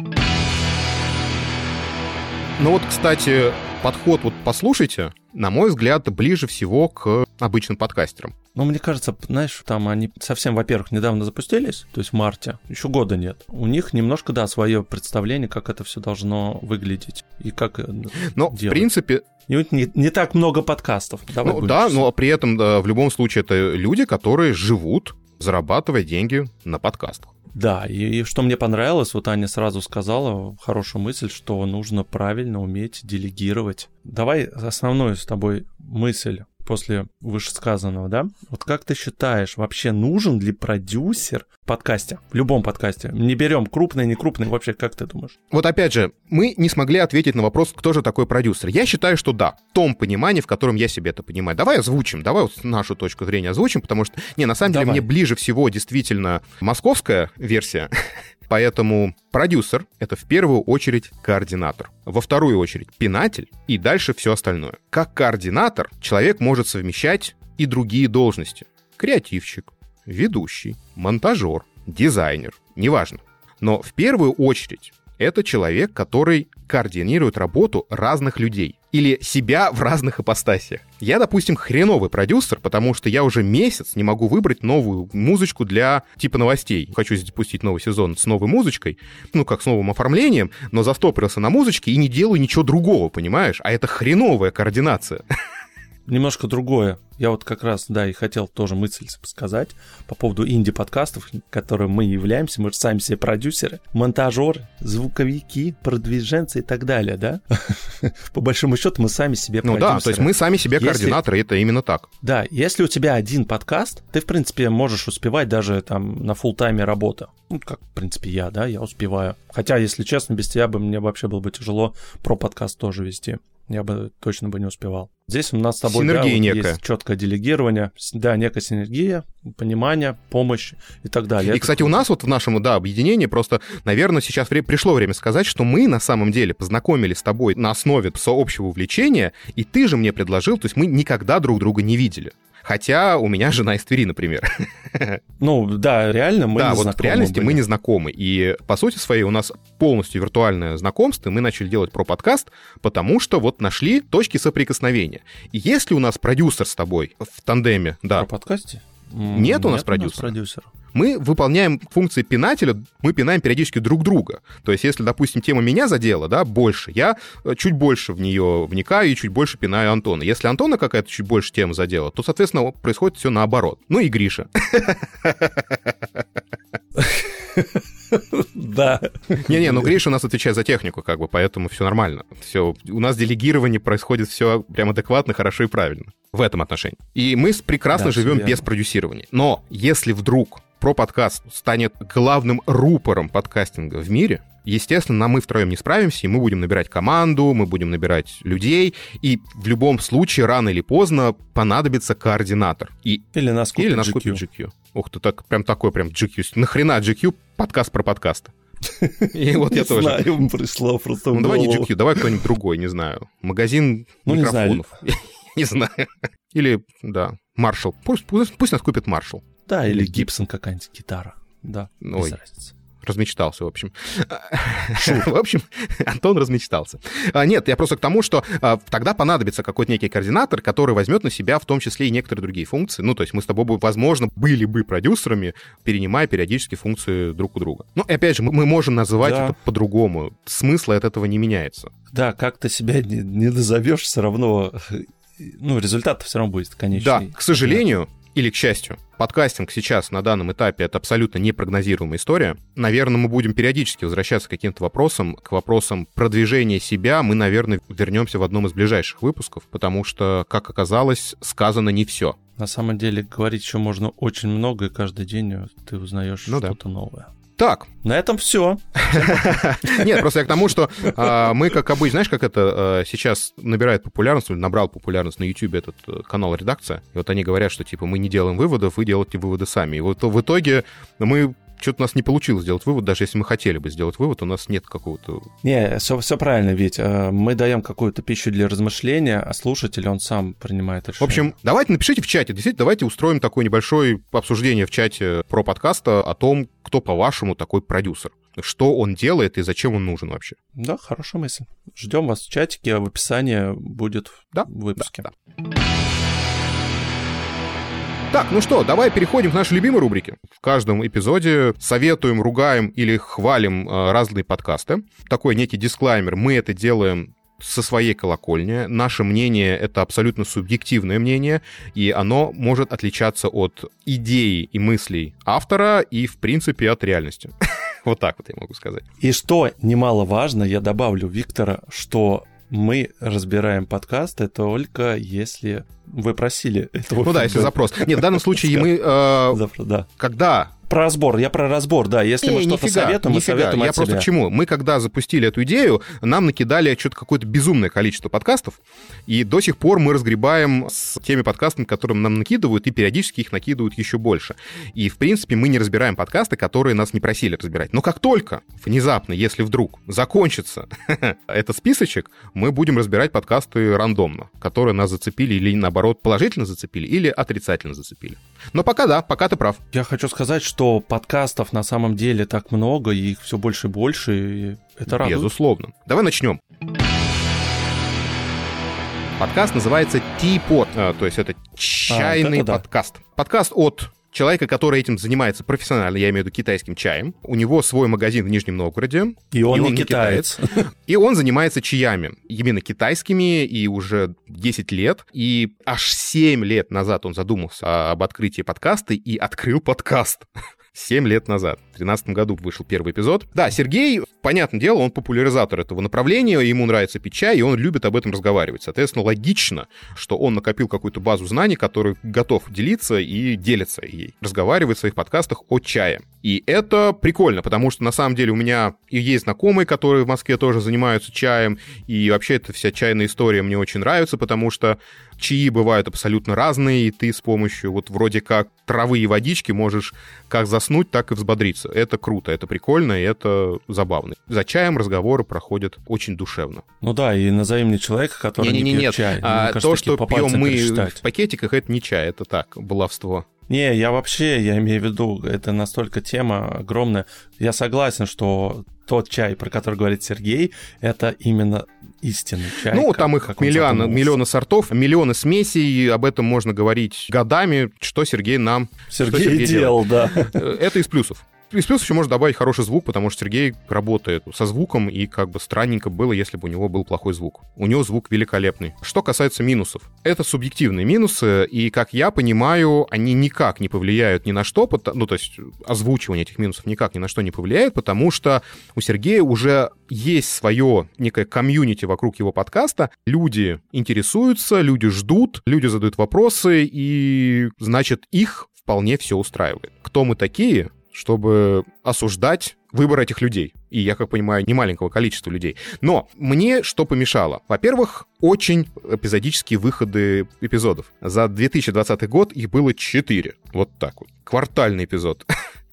Ну вот, кстати, подход вот послушайте, на мой взгляд, ближе всего к обычным подкастерам.
Ну, мне кажется, знаешь, там они совсем, во-первых, недавно запустились, то есть в марте, еще года нет. У них немножко, да, свое представление, как это все должно выглядеть и как
Но,
делать.
в принципе...
Не, не так много подкастов. Давай
ну, да, но при этом да, в любом случае это люди, которые живут, зарабатывая деньги на подкастах.
Да, и, и что мне понравилось, вот Аня сразу сказала хорошую мысль, что нужно правильно уметь делегировать. Давай основную с тобой мысль после вышесказанного, да? Вот как ты считаешь, вообще нужен ли продюсер в подкасте, в любом подкасте? Не берем крупный, не крупный, вообще как ты думаешь?
Вот опять же, мы не смогли ответить на вопрос, кто же такой продюсер. Я считаю, что да, в том понимании, в котором я себе это понимаю. Давай озвучим, давай вот нашу точку зрения озвучим, потому что, не, на самом
давай.
деле, мне ближе всего действительно московская версия. Поэтому продюсер — это в первую очередь координатор, во вторую очередь пинатель и дальше все остальное. Как координатор человек может совмещать и другие должности. Креативщик, ведущий, монтажер, дизайнер, неважно. Но в первую очередь это человек, который координирует работу разных людей или себя в разных ипостасиях. Я, допустим, хреновый продюсер, потому что я уже месяц не могу выбрать новую музычку для типа новостей. Хочу запустить новый сезон с новой музычкой, ну, как с новым оформлением, но застопорился на музычке и не делаю ничего другого, понимаешь? А это хреновая координация.
Немножко другое. Я вот как раз, да, и хотел тоже мысль сказать по поводу инди-подкастов, которым мы являемся. Мы же сами себе продюсеры, монтажеры, звуковики, продвиженцы и так далее, да? По большому счету мы сами себе
ну
продюсеры.
Ну да, то есть мы сами себе координаторы, если... это именно так.
Да, если у тебя один подкаст, ты, в принципе, можешь успевать даже там на фулл-тайме работы. Ну, как, в принципе, я, да, я успеваю. Хотя, если честно, без тебя бы мне вообще было бы тяжело про подкаст тоже вести. Я бы точно бы не успевал. Здесь у нас с тобой да, вот есть четкое делегирование, да, некая синергия, понимание, помощь и так далее.
И, это кстати, круто. У нас вот в нашем, да, объединении просто, наверное, сейчас вре- пришло время сказать, что мы на самом деле познакомились с тобой на основе сообщего увлечения, и ты же мне предложил, то есть мы никогда друг друга не видели. Хотя у меня жена из Твери, например.
Ну, да, реально мы
да,
не
вот
знакомы
в реальности
были.
мы не знакомы. И, по сути своей, у нас полностью виртуальное знакомство, и мы начали делать про подкаст, потому что вот нашли точки соприкосновения. И если у нас продюсер с тобой в тандеме, да.
Про подкасте?
Нет у нас продюсера. Мы выполняем функции пинателя, мы пинаем периодически друг друга. То есть, если, допустим, тема меня задела, да, больше, я чуть больше в нее вникаю и чуть больше пинаю Антона. Если Антона какая-то чуть больше тема задела, то, соответственно, происходит все наоборот. Ну и Гриша.
Да.
Не-не, ну Гриша у нас отвечает за технику, как бы, поэтому все нормально. Все, у нас делегирование происходит все прям адекватно, хорошо и правильно в этом отношении. И мы прекрасно да, живем без продюсирования. Но если вдруг про подкаст станет главным рупором подкастинга в мире, естественно, мы втроем не справимся, и мы будем набирать команду, мы будем набирать людей, и в любом случае, рано или поздно, понадобится координатор. И...
Или нас купит,
или нас купит джи кью. Ух ты, так, прям такой прям джи кью. Нахрена джи кью? Подкаст про подкасты. И вот я тоже.
Не знаю, пришло просто
Ну давай не джи кью, давай кто-нибудь другой, не знаю. Магазин микрофонов. Не знаю. Или, да, Marshall. Пусть нас купит Marshall.
Да, или Гибсон какая-нибудь гитара. Да, без разницы.
Размечтался, в общем. В общем, Антон размечтался. Нет, я просто к тому, что тогда понадобится какой-то некий координатор, который возьмет на себя в том числе и некоторые другие функции. Ну, то есть мы с тобой, возможно, были бы продюсерами, перенимая периодически функции друг у друга. Ну, и опять же, мы можем называть
да.
это по-другому. Смысл от этого не меняется.
Да, как ты себя не, не назовешь, все равно, ну, результат все равно будет конечный.
Да, к сожалению... Или, к счастью, подкастинг сейчас на данном этапе — это абсолютно непрогнозируемая история. Наверное, мы будем периодически возвращаться к каким-то вопросам, к вопросам продвижения себя. Мы, наверное, вернемся в одном из ближайших выпусков, потому что, как оказалось, сказано не все.
На самом деле, говорить еще можно очень много, и каждый день ты узнаешь ну, что-то да. новое.
Так.
На этом все.
Нет, просто я к тому, что а, мы, как обычно, знаешь, как это а, сейчас набирает популярность, набрал популярность на YouTube этот канал «Редакция», и вот они говорят, что, типа, мы не делаем выводов, вы делаете выводы сами. И вот в итоге мы... Что-то у нас не получилось сделать вывод, даже если мы хотели бы сделать вывод, у нас нет какого-то...
Не, все, все правильно, ведь мы даем какую-то пищу для размышления, а слушатель, он сам принимает решение.
В общем, давайте напишите в чате, действительно, давайте устроим такое небольшое обсуждение в чате про подкаста о том, кто, по-вашему, такой продюсер. Что он делает и зачем он нужен вообще.
Да, хорошая мысль. Ждем вас в чатике, а в описании будет
да?
в выпуске.
Да, да. Так, ну что, давай переходим к нашей любимой рубрике. В каждом эпизоде советуем, ругаем или хвалим э, разные подкасты. Такой некий дисклаймер. Мы это делаем со своей колокольни. Наше мнение — это абсолютно субъективное мнение, и оно может отличаться от идеи и мыслей автора и, в принципе, от реальности. Вот так вот я могу сказать.
И что немаловажно, я добавлю Виктора, что мы разбираем подкасты только если вы просили этого.
Ну да, если запрос. Нет, в данном случае мы...
Да.
Когда...
Про разбор, я про разбор, да. Если не, мы что-то нифига, советуем,
нифига.
мы советуем
Я
от
просто
себя.
К чему? Мы когда запустили эту идею, нам накидали что-то какое-то безумное количество подкастов, и до сих пор мы разгребаем с теми подкастами, которые нам накидывают, и периодически их накидывают еще больше. И, в принципе, мы не разбираем подкасты, которые нас не просили разбирать. Но как только, внезапно, если вдруг закончится этот списочек, мы будем разбирать подкасты рандомно, которые нас зацепили или, наоборот, положительно зацепили, или отрицательно зацепили. Но пока да, пока ты прав.
Я хочу сказать, что что подкастов на самом деле так много, и их все больше и больше, и это радует.
Безусловно. Давай начнем. Подкаст называется Teapot, а, то есть это чайный а, вот это подкаст. Да. Подкаст от человека, который этим занимается профессионально, я имею в виду китайским чаем. У него свой магазин в Нижнем Новгороде.
И он, и он не китаец.
китаец. И он занимается чаями. Именно китайскими, и уже десять лет. И аж семь лет назад он задумался об открытии подкаста и открыл подкаст. Семь лет назад. В две тысячи тринадцатом году вышел первый эпизод. Да, Сергей, понятное дело, он популяризатор этого направления, ему нравится пить чай, и он любит об этом разговаривать. Соответственно, логично, что он накопил какую-то базу знаний, которой готов делиться и делится ей. Разговаривает в своих подкастах о чае. И это прикольно, потому что на самом деле у меня и есть знакомые, которые в Москве тоже занимаются чаем, и вообще эта вся чайная история мне очень нравится, потому что чаи бывают абсолютно разные, и ты с помощью вот вроде как травы и водички можешь как заснуть, так и взбодриться. Это круто, это прикольно, и это забавно. За чаем разговоры проходят очень душевно.
Ну да, и назови мне человека, который не, не, не пьет
нет.
чай.
А,
кажется,
то, что пьем мы
пересчитать.
В пакетиках, это не чай, это так, баловство.
Не, я вообще, я имею в виду, это настолько тема огромная. Я согласен, что тот чай, про который говорит Сергей, это именно истинный чай.
Ну, как, там их миллионы, миллионы сортов, миллионы смесей, об этом можно говорить годами, что Сергей нам...
Сергей,
что Сергей
делал, да.
Это из плюсов. Из плюсов еще можно добавить хороший звук, потому что Сергей работает со звуком, и как бы странненько было, если бы у него был плохой звук. У него звук великолепный. Что касается минусов. Это субъективные минусы, и, как я понимаю, они никак не повлияют ни на что, ну, то есть озвучивание этих минусов никак ни на что не повлияет, потому что у Сергея уже есть свое некое комьюнити вокруг его подкаста. Люди интересуются, люди ждут, люди задают вопросы, и, значит, их вполне все устраивает. Кто мы такие, чтобы осуждать выбор этих людей? И, я как понимаю, немаленького количества людей. Но мне что помешало? Во-первых, очень эпизодические выходы эпизодов. За две тысячи двадцатый год их было четыре. Вот так вот. Квартальный эпизод.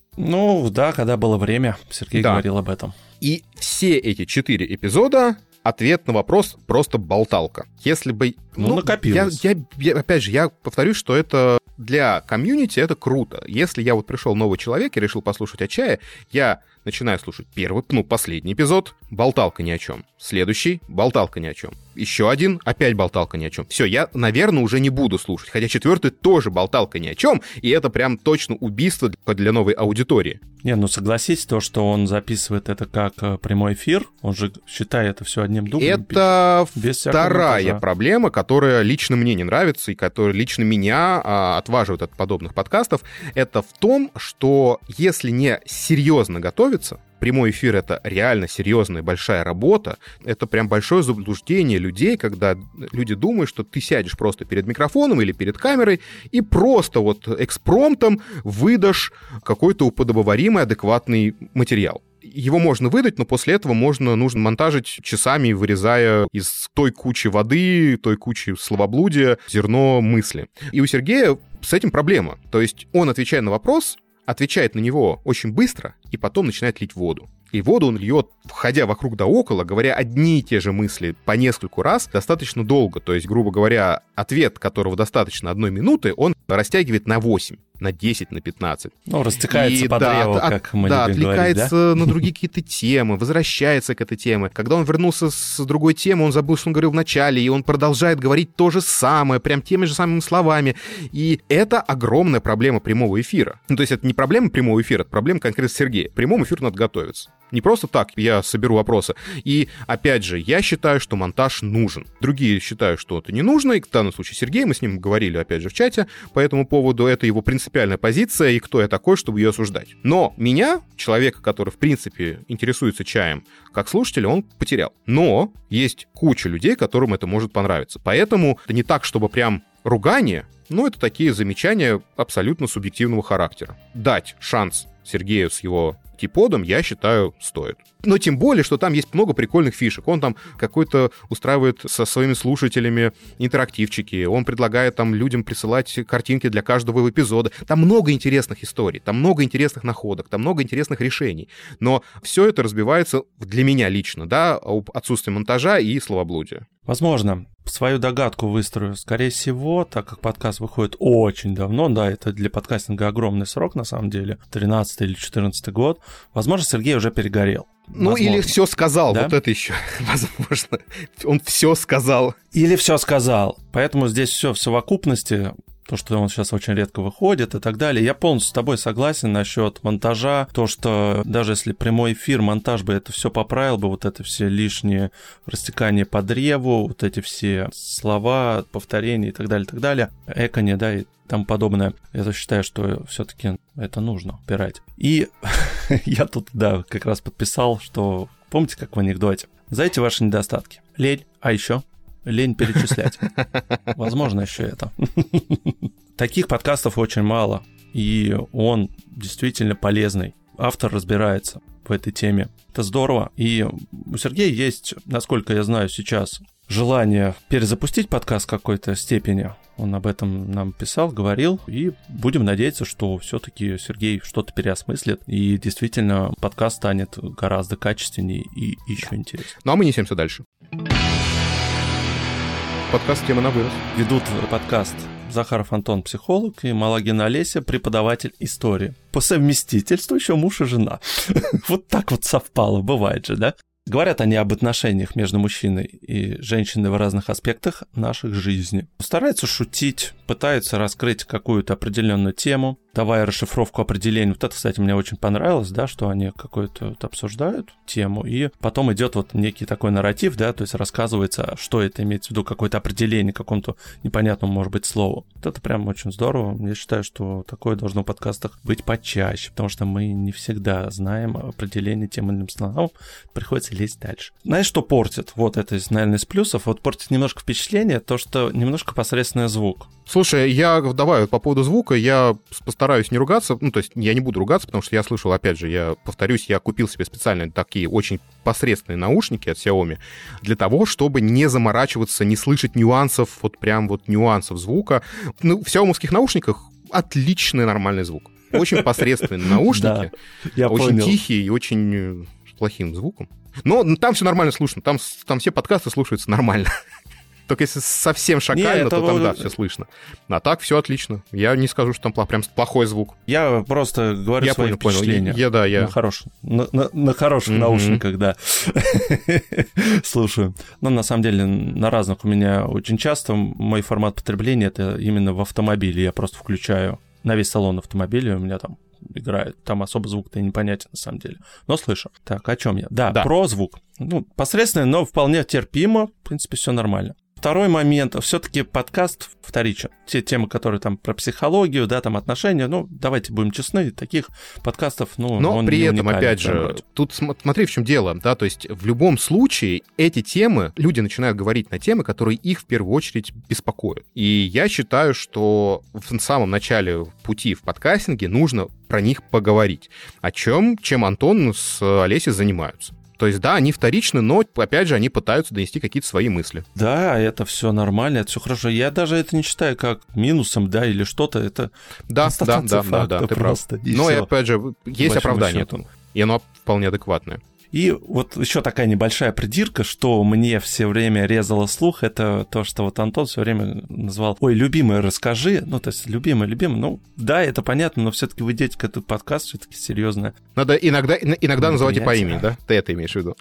Ну, да, когда было время, Сергей да. говорил об этом.
И все эти четыре эпизода... Ответ на вопрос просто болталка. Если бы...
Ну, ну накопилось.
Я, я, я, опять же, я повторюсь, что это для комьюнити это круто. Если я вот пришел новый человек и решил послушать о чае, я начинаю слушать первый, ну, последний эпизод, болталка ни о чем. Следующий, болталка ни о чем. Еще один, опять болталка ни о чем. Все, я, наверное, уже не буду слушать. Хотя четвертый тоже болталка ни о чем, и это прям точно убийство для новой аудитории.
Не, ну согласись, то, что он записывает это как прямой эфир, он же считает это все одним дублем.
Это вторая проблема, которая лично мне не нравится и которая лично меня а, отваживает от подобных подкастов. Это в том, что если не серьезно готовиться, прямой эфир — это реально серьезная большая работа. Это прям большое заблуждение людей, когда люди думают, что ты сядешь просто перед микрофоном или перед камерой и просто вот экспромтом выдашь какой-то уподобоваримый, адекватный материал. Его можно выдать, но после этого можно, нужно монтажить часами, вырезая из той кучи воды, той кучи словоблудия зерно мысли. И у Сергея с этим проблема. То есть он, отвечая на вопрос, отвечает на него очень быстро и потом начинает лить воду. И воду он льет, входя вокруг да около, говоря одни и те же мысли по нескольку раз, достаточно долго. То есть, грубо говоря, ответ, которого достаточно одной минуты, он растягивает на восемь, на десять, на пятнадцать.
Ну, растекается
и,
по
да,
древу,
от,
как мы
да,
любим говорить, да?
отвлекается на другие какие-то темы, возвращается к этой теме. Когда он вернулся с другой темы, он забыл, что он говорил в начале, и он продолжает говорить то же самое, прям теми же самыми словами. И это огромная проблема прямого эфира. Ну, то есть это не проблема прямого эфира, это проблема конкретно Сергея. К прямому эфиру надо готовиться. Не просто так я соберу вопросы. И, опять же, я считаю, что монтаж нужен. Другие считают, что это не нужно. И в данном случае Сергей, мы с ним говорили, опять же, в чате по этому поводу. Это его принципиальная позиция, и кто я такой, чтобы ее осуждать. Но меня, человека, который, в принципе, интересуется чаем, как слушателя, он потерял. Но есть куча людей, которым это может понравиться. Поэтому это не так, чтобы прям ругание, но это такие замечания абсолютно субъективного характера. Дать шанс Сергею с его типодом, я считаю, стоит. Но тем более, что там есть много прикольных фишек. Он там какой-то устраивает со своими слушателями интерактивчики, он предлагает там людям присылать картинки для каждого эпизода. Там много интересных историй, там много интересных находок, там много интересных решений. Но все это разбивается для меня лично, да, об отсутствии монтажа и словоблудия.
Возможно, свою догадку выстрою. Скорее всего, так как подкаст выходит очень давно, да, это для подкастинга огромный срок, на самом деле, тринадцатый или четырнадцатый год, возможно, Сергей уже перегорел.
Ну,
возможно.
Или все сказал,
да?
Вот это еще, возможно. Он все сказал.
Или все сказал. Поэтому здесь все в совокупности. То, что он сейчас очень редко выходит и так далее. Я полностью с тобой согласен насчет монтажа. То, что даже если прямой эфир, монтаж бы это все поправил бы, вот это все лишние растекания по древу, вот эти все слова, повторения и так далее, и так далее, экони, да, и тому подобное. Я считаю, что все-таки это нужно убирать. И я тут, да, как раз подписал, что помните, как в анекдоте? Назовите ваши недостатки. Лень, а еще лень перечислять. Возможно, еще это. Таких подкастов очень мало, и он действительно полезный. Автор разбирается в этой теме. Это здорово. И у Сергея есть, насколько я знаю сейчас, желание перезапустить подкаст в какой-то степени. Он об этом нам писал, говорил, и будем надеяться, что все-таки Сергей что-то переосмыслит, и действительно подкаст станет гораздо качественнее и еще интереснее.
Ну а мы несемся дальше. Подкаст «Тема на вырос».
Ведут подкаст Захаров Антон, психолог, и Малагина Олеся, преподаватель истории. По совместительству еще муж и жена. Вот так вот совпало, бывает же, да? Говорят они об отношениях между мужчиной и женщиной в разных аспектах наших жизней. Стараются шутить, пытаются раскрыть какую-то определенную тему, давая расшифровку определений. Вот это, кстати, мне очень понравилось, да, что они какую-то вот обсуждают тему, и потом идет вот некий такой нарратив, да, то есть рассказывается, что это имеется в виду, какое-то определение какому-то непонятному, может быть, слову. Вот это прям очень здорово. Я считаю, что такое должно в подкастах быть почаще, потому что мы не всегда знаем определение тем или иным словом, приходится лезть дальше. Знаешь, что портит? Вот это, наверное, из плюсов. Вот портит немножко впечатление, то, что немножко посредственный звук.
Слушай, я, давай, по поводу звука, я постараюсь не ругаться, ну, то есть я не буду ругаться, потому что я слышал, опять же, я повторюсь, я купил себе специально такие очень посредственные наушники от Xiaomi для того, чтобы не заморачиваться, не слышать нюансов, вот прям вот нюансов звука. Ну, в xiaomi-ских наушниках отличный нормальный звук. Очень посредственные наушники, очень тихие и очень с плохим звуком. Но там все нормально слышно, там, там все подкасты слушаются нормально. Только если совсем шакально, Нет, то там, да, все слышно. А так все отлично. Я не скажу, что там прям плохой звук.
Я просто говорю я свои понял, впечатления.
Понял. Я, да, я...
На, хорош... на, на, на хороших mm-hmm. наушниках, да. Слушаю. Но на самом деле на разных у меня очень часто мой формат потребления — это именно в автомобиле. Я просто включаю на весь салон автомобиля, у меня там играет. Там особо звук-то непонятен, на самом деле. Но слышу. Так, о чем я? Да, да, про звук. Ну, посредственно, но вполне терпимо. В принципе, все нормально. Второй момент, все-таки подкаст вторичен. Те темы, которые там про психологию, да, там отношения, ну, давайте будем честны, таких подкастов, ну,
но
он
при
не
этом,
уникален,
опять же, тут смотри, в чем дело, да, то есть в любом случае эти темы, люди начинают говорить на темы, которые их в первую очередь беспокоят. И я считаю, что в самом начале пути в подкастинге нужно про них поговорить. О чем, чем Антон с Олесей занимаются. То есть, да, они вторичны, но, опять же, они пытаются донести какие-то свои мысли.
Да, это все нормально, это все хорошо. Я даже это не считаю как минусом, да, или что-то. Это
да, да, да, да, да, ты прав. Но, и, опять же, есть оправдание этому, и оно вполне адекватное.
И вот еще такая небольшая придирка, что мне все время резало слух, это то, что вот Антон все время называл: ой, любимый, расскажи. Ну, то есть, любимый, любимый. Ну, да, это понятно, но все-таки вы идете к этому подкасту, все-таки серьезно.
Надо иногда, иногда называть и по имени, да? Ты это имеешь в виду?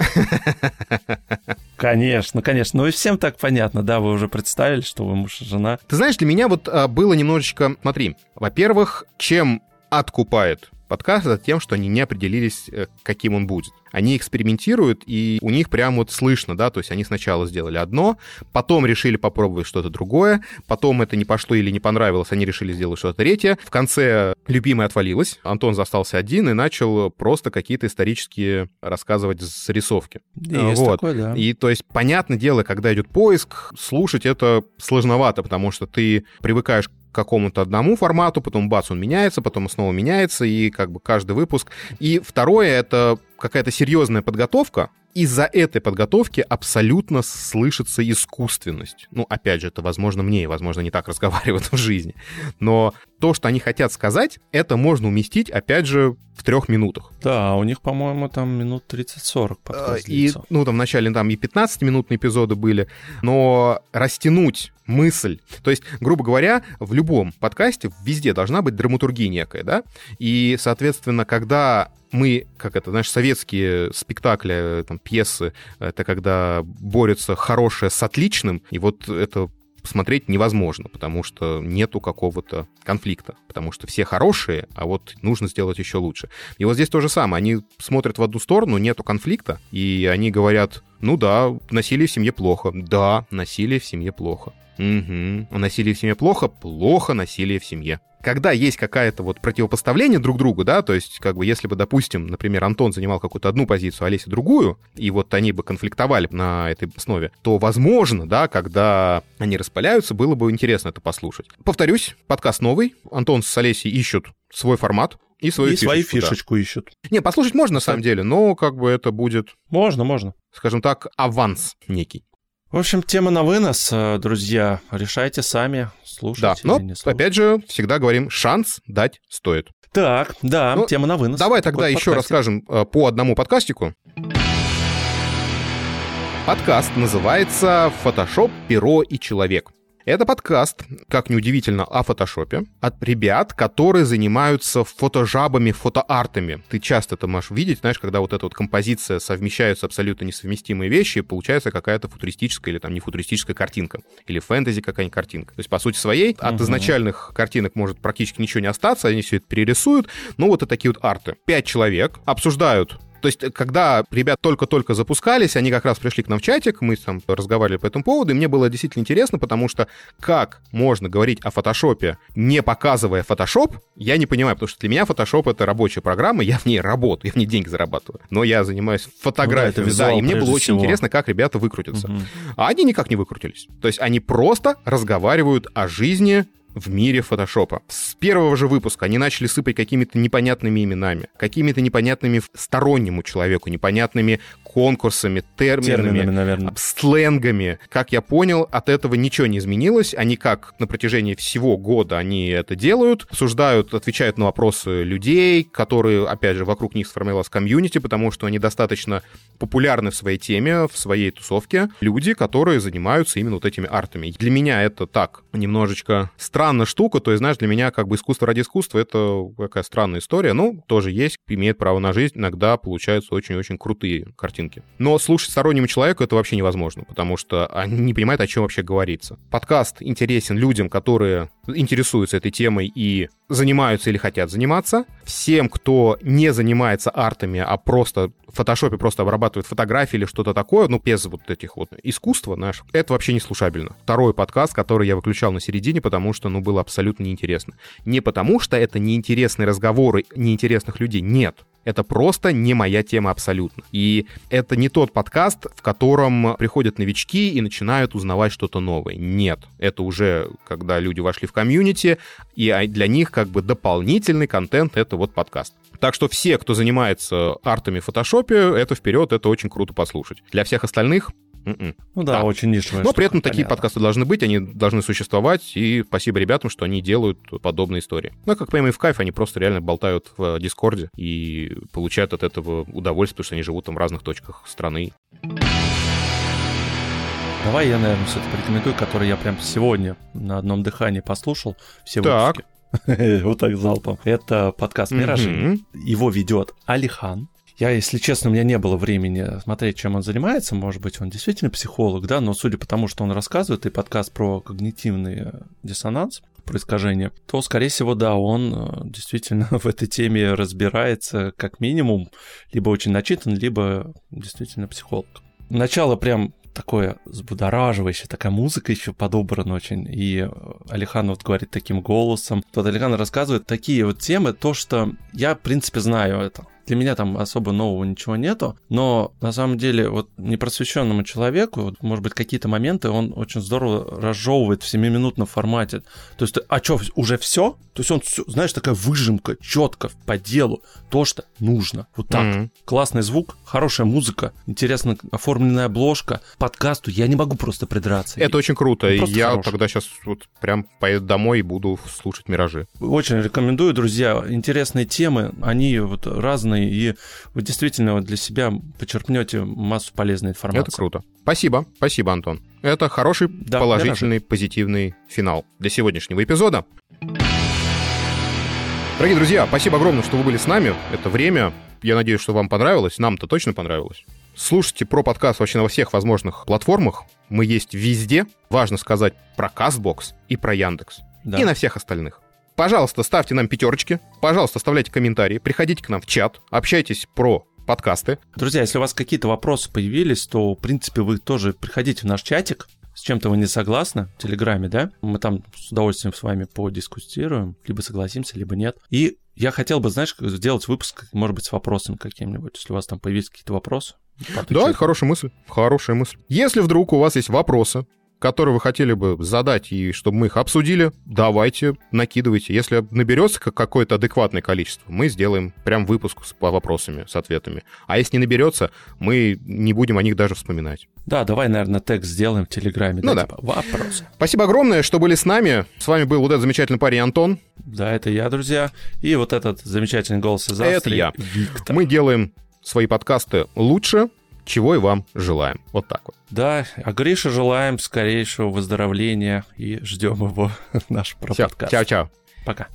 Конечно, конечно. Ну и всем так понятно, да, вы уже представили, что вы муж и жена.
Ты знаешь, для меня вот а, было немножечко... Смотри, во-первых, чем откупает подкаст, это тем, что они не определились, каким он будет. Они экспериментируют, и у них прям вот слышно, да, то есть они сначала сделали одно, потом решили попробовать что-то другое, потом это не пошло или не понравилось, они решили сделать что-то третье. В конце любимый отвалилась, Антон остался один и начал просто какие-то исторические рассказывать зарисовки.
Есть
вот.
такое, да.
И то есть, понятное дело, когда идет поиск, слушать это сложновато, потому что ты привыкаешь к какому-то одному формату, потом бац, он меняется, потом снова меняется, и как бы каждый выпуск. И второе — это какая-то серьезная подготовка. Из-за этой подготовки абсолютно слышится искусственность. Ну, опять же, это, возможно, мне, и, возможно, не так разговаривают в жизни. Но то, что они хотят сказать, это можно уместить, опять же, в трех минутах.
Да, у них, по-моему, там минут тридцать-сорок подкаст длится.
И, ну, там вначале там и пятнадцатиминутные эпизоды были, но растянуть мысль, то есть, грубо говоря, в любом подкасте везде должна быть драматургия некая, да, и, соответственно, когда мы, как это, знаешь, советские спектакли, там, пьесы, это когда борются хорошее с отличным, и вот это смотреть невозможно, потому что нету какого-то конфликта, потому что все хорошие, а вот нужно сделать еще лучше. И вот здесь то же самое, они смотрят в одну сторону, нету конфликта, и они говорят: ну да, насилие в семье плохо, да, насилие в семье плохо. Угу. Насилие в семье плохо, плохо насилие в семье. Когда есть какое-то вот противопоставление друг другу, да, то есть, как бы, если бы, допустим, например, Антон занимал какую-то одну позицию, а Олеся другую, и вот они бы конфликтовали на этой основе, то, возможно, да, когда они распаляются, было бы интересно это послушать. Повторюсь, подкаст новый, Антон с Олесей ищут свой формат и свою
и
фишечку.
свою фишечку да. ищут.
Не, послушать можно, на самом деле, но как бы это будет...
Можно, можно.
Скажем так, аванс некий.
В общем, тема на вынос, друзья. Решайте сами, слушайте
да,
или не
но,
слушайте.
Опять же, всегда говорим, шанс дать стоит.
Так, да, ну, тема на вынос.
Давай тогда вот еще подкастик. Расскажем по одному подкастику. Подкаст называется «Фотошоп, перо и человек». Это подкаст, как неудивительно, о фотошопе от ребят, которые занимаются фотожабами, фотоартами. Ты часто это можешь видеть, знаешь, когда вот эта вот композиция совмещаются абсолютно несовместимые вещи, и получается какая-то футуристическая или там не футуристическая картинка, или фэнтези какая-нибудь картинка. То есть, по сути своей, uh-huh. от изначальных картинок может практически ничего не остаться, они все это перерисуют, но вот и такие вот арты. Пять человек обсуждают. То есть, когда ребят только-только запускались, они как раз пришли к нам в чатик, мы там разговаривали по этому поводу, и мне было действительно интересно, потому что как можно говорить о фотошопе, не показывая фотошоп, я не понимаю, потому что для меня фотошоп — это рабочая программа, я в ней работаю, я в ней деньги зарабатываю. Но я занимаюсь фотографией, ну, да, визуал, да, и мне было очень всего. интересно, как ребята выкрутятся. Угу. А они никак не выкрутились. То есть, они просто разговаривают о жизни в мире фотошопа. С первого же выпуска они начали сыпать какими-то непонятными именами, какими-то непонятными стороннему человеку, непонятными конкурсами, терминами, терминами, сленгами. Как я понял, от этого ничего не изменилось. Они как на протяжении всего года они это делают, обсуждают, отвечают на вопросы людей, которые, опять же, вокруг них сформировалась комьюнити, потому что они достаточно популярны в своей теме, в своей тусовке. Люди, которые занимаются именно вот этими артами. Для меня это так, немножечко странно. Странная штука, то есть, знаешь, для меня как бы искусство ради искусства — это какая странная история, ну, тоже есть, имеет право на жизнь, иногда получаются очень-очень крутые картинки. Но слушать стороннему человеку это вообще невозможно, потому что они не понимают, о чем вообще говорится. Подкаст интересен людям, которые интересуются этой темой и занимаются или хотят заниматься, всем, кто не занимается артами, а просто в фотошопе просто обрабатывает фотографии или что-то такое, ну, без вот этих вот искусства, знаешь, это вообще не слушабельно. Второй подкаст, который я выключал на середине, потому что, ну, было абсолютно неинтересно. Не потому что это неинтересные разговоры неинтересных людей, нет. Это просто не моя тема абсолютно. И это не тот подкаст, в котором приходят новички и начинают узнавать что-то новое. Нет. Это уже когда люди вошли в комьюнити, и для них как бы дополнительный контент — это вот подкаст. Так что все, кто занимается артами в фотошопе, это вперед, это очень круто послушать. Для всех остальных Mm-mm.
Ну да, да, очень нишевая.
Но при этом такие понятно. Подкасты должны быть, они должны существовать, и спасибо ребятам, что они делают подобные истории. Ну, как понимаем, в кайф, они просто реально болтают в Дискорде и получают от этого удовольствие, потому что они живут там в разных точках страны.
Давай я, наверное, все-таки порекомендую, который я прям сегодня на одном дыхании послушал, все
так.
выпуски. Вот так залпом. Это подкаст «Миражи». Его ведет Алихан. Я, если честно, у меня не было времени смотреть, чем он занимается. Может быть, он действительно психолог, да, но судя по тому, что он рассказывает, и подкаст про когнитивный диссонанс, про искажение, то, скорее всего, да, он действительно в этой теме разбирается как минимум, либо очень начитан, либо действительно психолог. Начало прям такое взбудораживающее, такая музыка еще подобрана очень, и Алихан вот говорит таким голосом. Вот Алихан рассказывает такие вот темы, то, что я, в принципе, знаю это. Для меня там особо нового ничего нету, но на самом деле вот непросвещенному человеку, вот, может быть, какие-то моменты он очень здорово разжевывает в семиминутном формате. То есть, а что, уже все? То есть он, знаешь, такая выжимка, четко, по делу, то, что нужно. Вот так. Mm-hmm. Классный звук, хорошая музыка, интересно оформленная обложка. Подкасту я не могу просто придраться.
Это и, очень круто. И я
хороший.
Тогда сейчас вот прям поеду домой и буду слушать «Миражи».
Очень рекомендую, друзья. Интересные темы, они вот разные. И вы действительно вот для себя почерпнете массу полезной информации.
Это круто. Спасибо, спасибо, Антон. Это хороший, да, положительный, позитивный финал для сегодняшнего эпизода. Дорогие друзья, спасибо огромное, что вы были с нами. Это время. Я надеюсь, что вам понравилось. Нам-то точно понравилось. Слушайте про подкаст вообще на всех возможных платформах. Мы есть везде. Важно сказать про Castbox и про Яндекс. Да. И на всех остальных. Пожалуйста, ставьте нам пятерочки, пожалуйста, оставляйте комментарии, приходите к нам в чат, общайтесь про подкасты.
Друзья, если у вас какие-то вопросы появились, то, в принципе, вы тоже приходите в наш чатик. С чем-то вы не согласны в Телеграме, да? Мы там с удовольствием с вами подискутируем, либо согласимся, либо нет. И я хотел бы, знаешь, сделать выпуск, может быть, с вопросом каким-нибудь, если у вас там появились какие-то вопросы.
Да, это хорошая мысль, хорошая мысль. Если вдруг у вас есть вопросы, которые вы хотели бы задать, и чтобы мы их обсудили, давайте, накидывайте. Если наберется какое-то адекватное количество, мы сделаем прям выпуск с вопросами, с ответами. А если не наберется, мы не будем о них даже вспоминать.
Да, давай, наверное, текст сделаем в Телеграме.
Ну
да,
да.
Типа, вопросы.
Спасибо огромное, что были с нами. С вами был вот этот замечательный парень Антон.
Да, это я, друзья. И вот этот замечательный голос из Австрии.
Это я.
Виктор.
Мы делаем свои подкасты лучше, чего и вам желаем. Вот так вот.
Да, а Грише желаем скорейшего выздоровления и ждем его наш про подкаст.
Чао-чао.
Пока.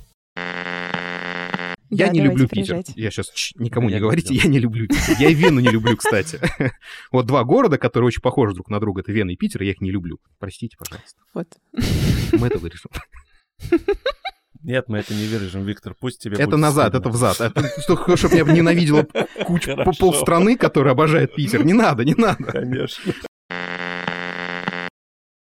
Я
да,
не люблю
приезжайте.
Питер. Я сейчас ч, никому
я
не говорите,
видел.
я не люблю Питер. Я и Вену не люблю, кстати. Вот два города, которые очень похожи друг на друга, это Вена и Питер, я их не люблю. Простите, пожалуйста.
Вот.
Мы это вырежем.
Нет, мы это не вырежем, Виктор, пусть тебе
Это
будет
назад,
стыдно.
это взад. Это, что, чтобы я ненавидела кучу полстраны, которая обожает Питер. Не надо, не надо.
Конечно.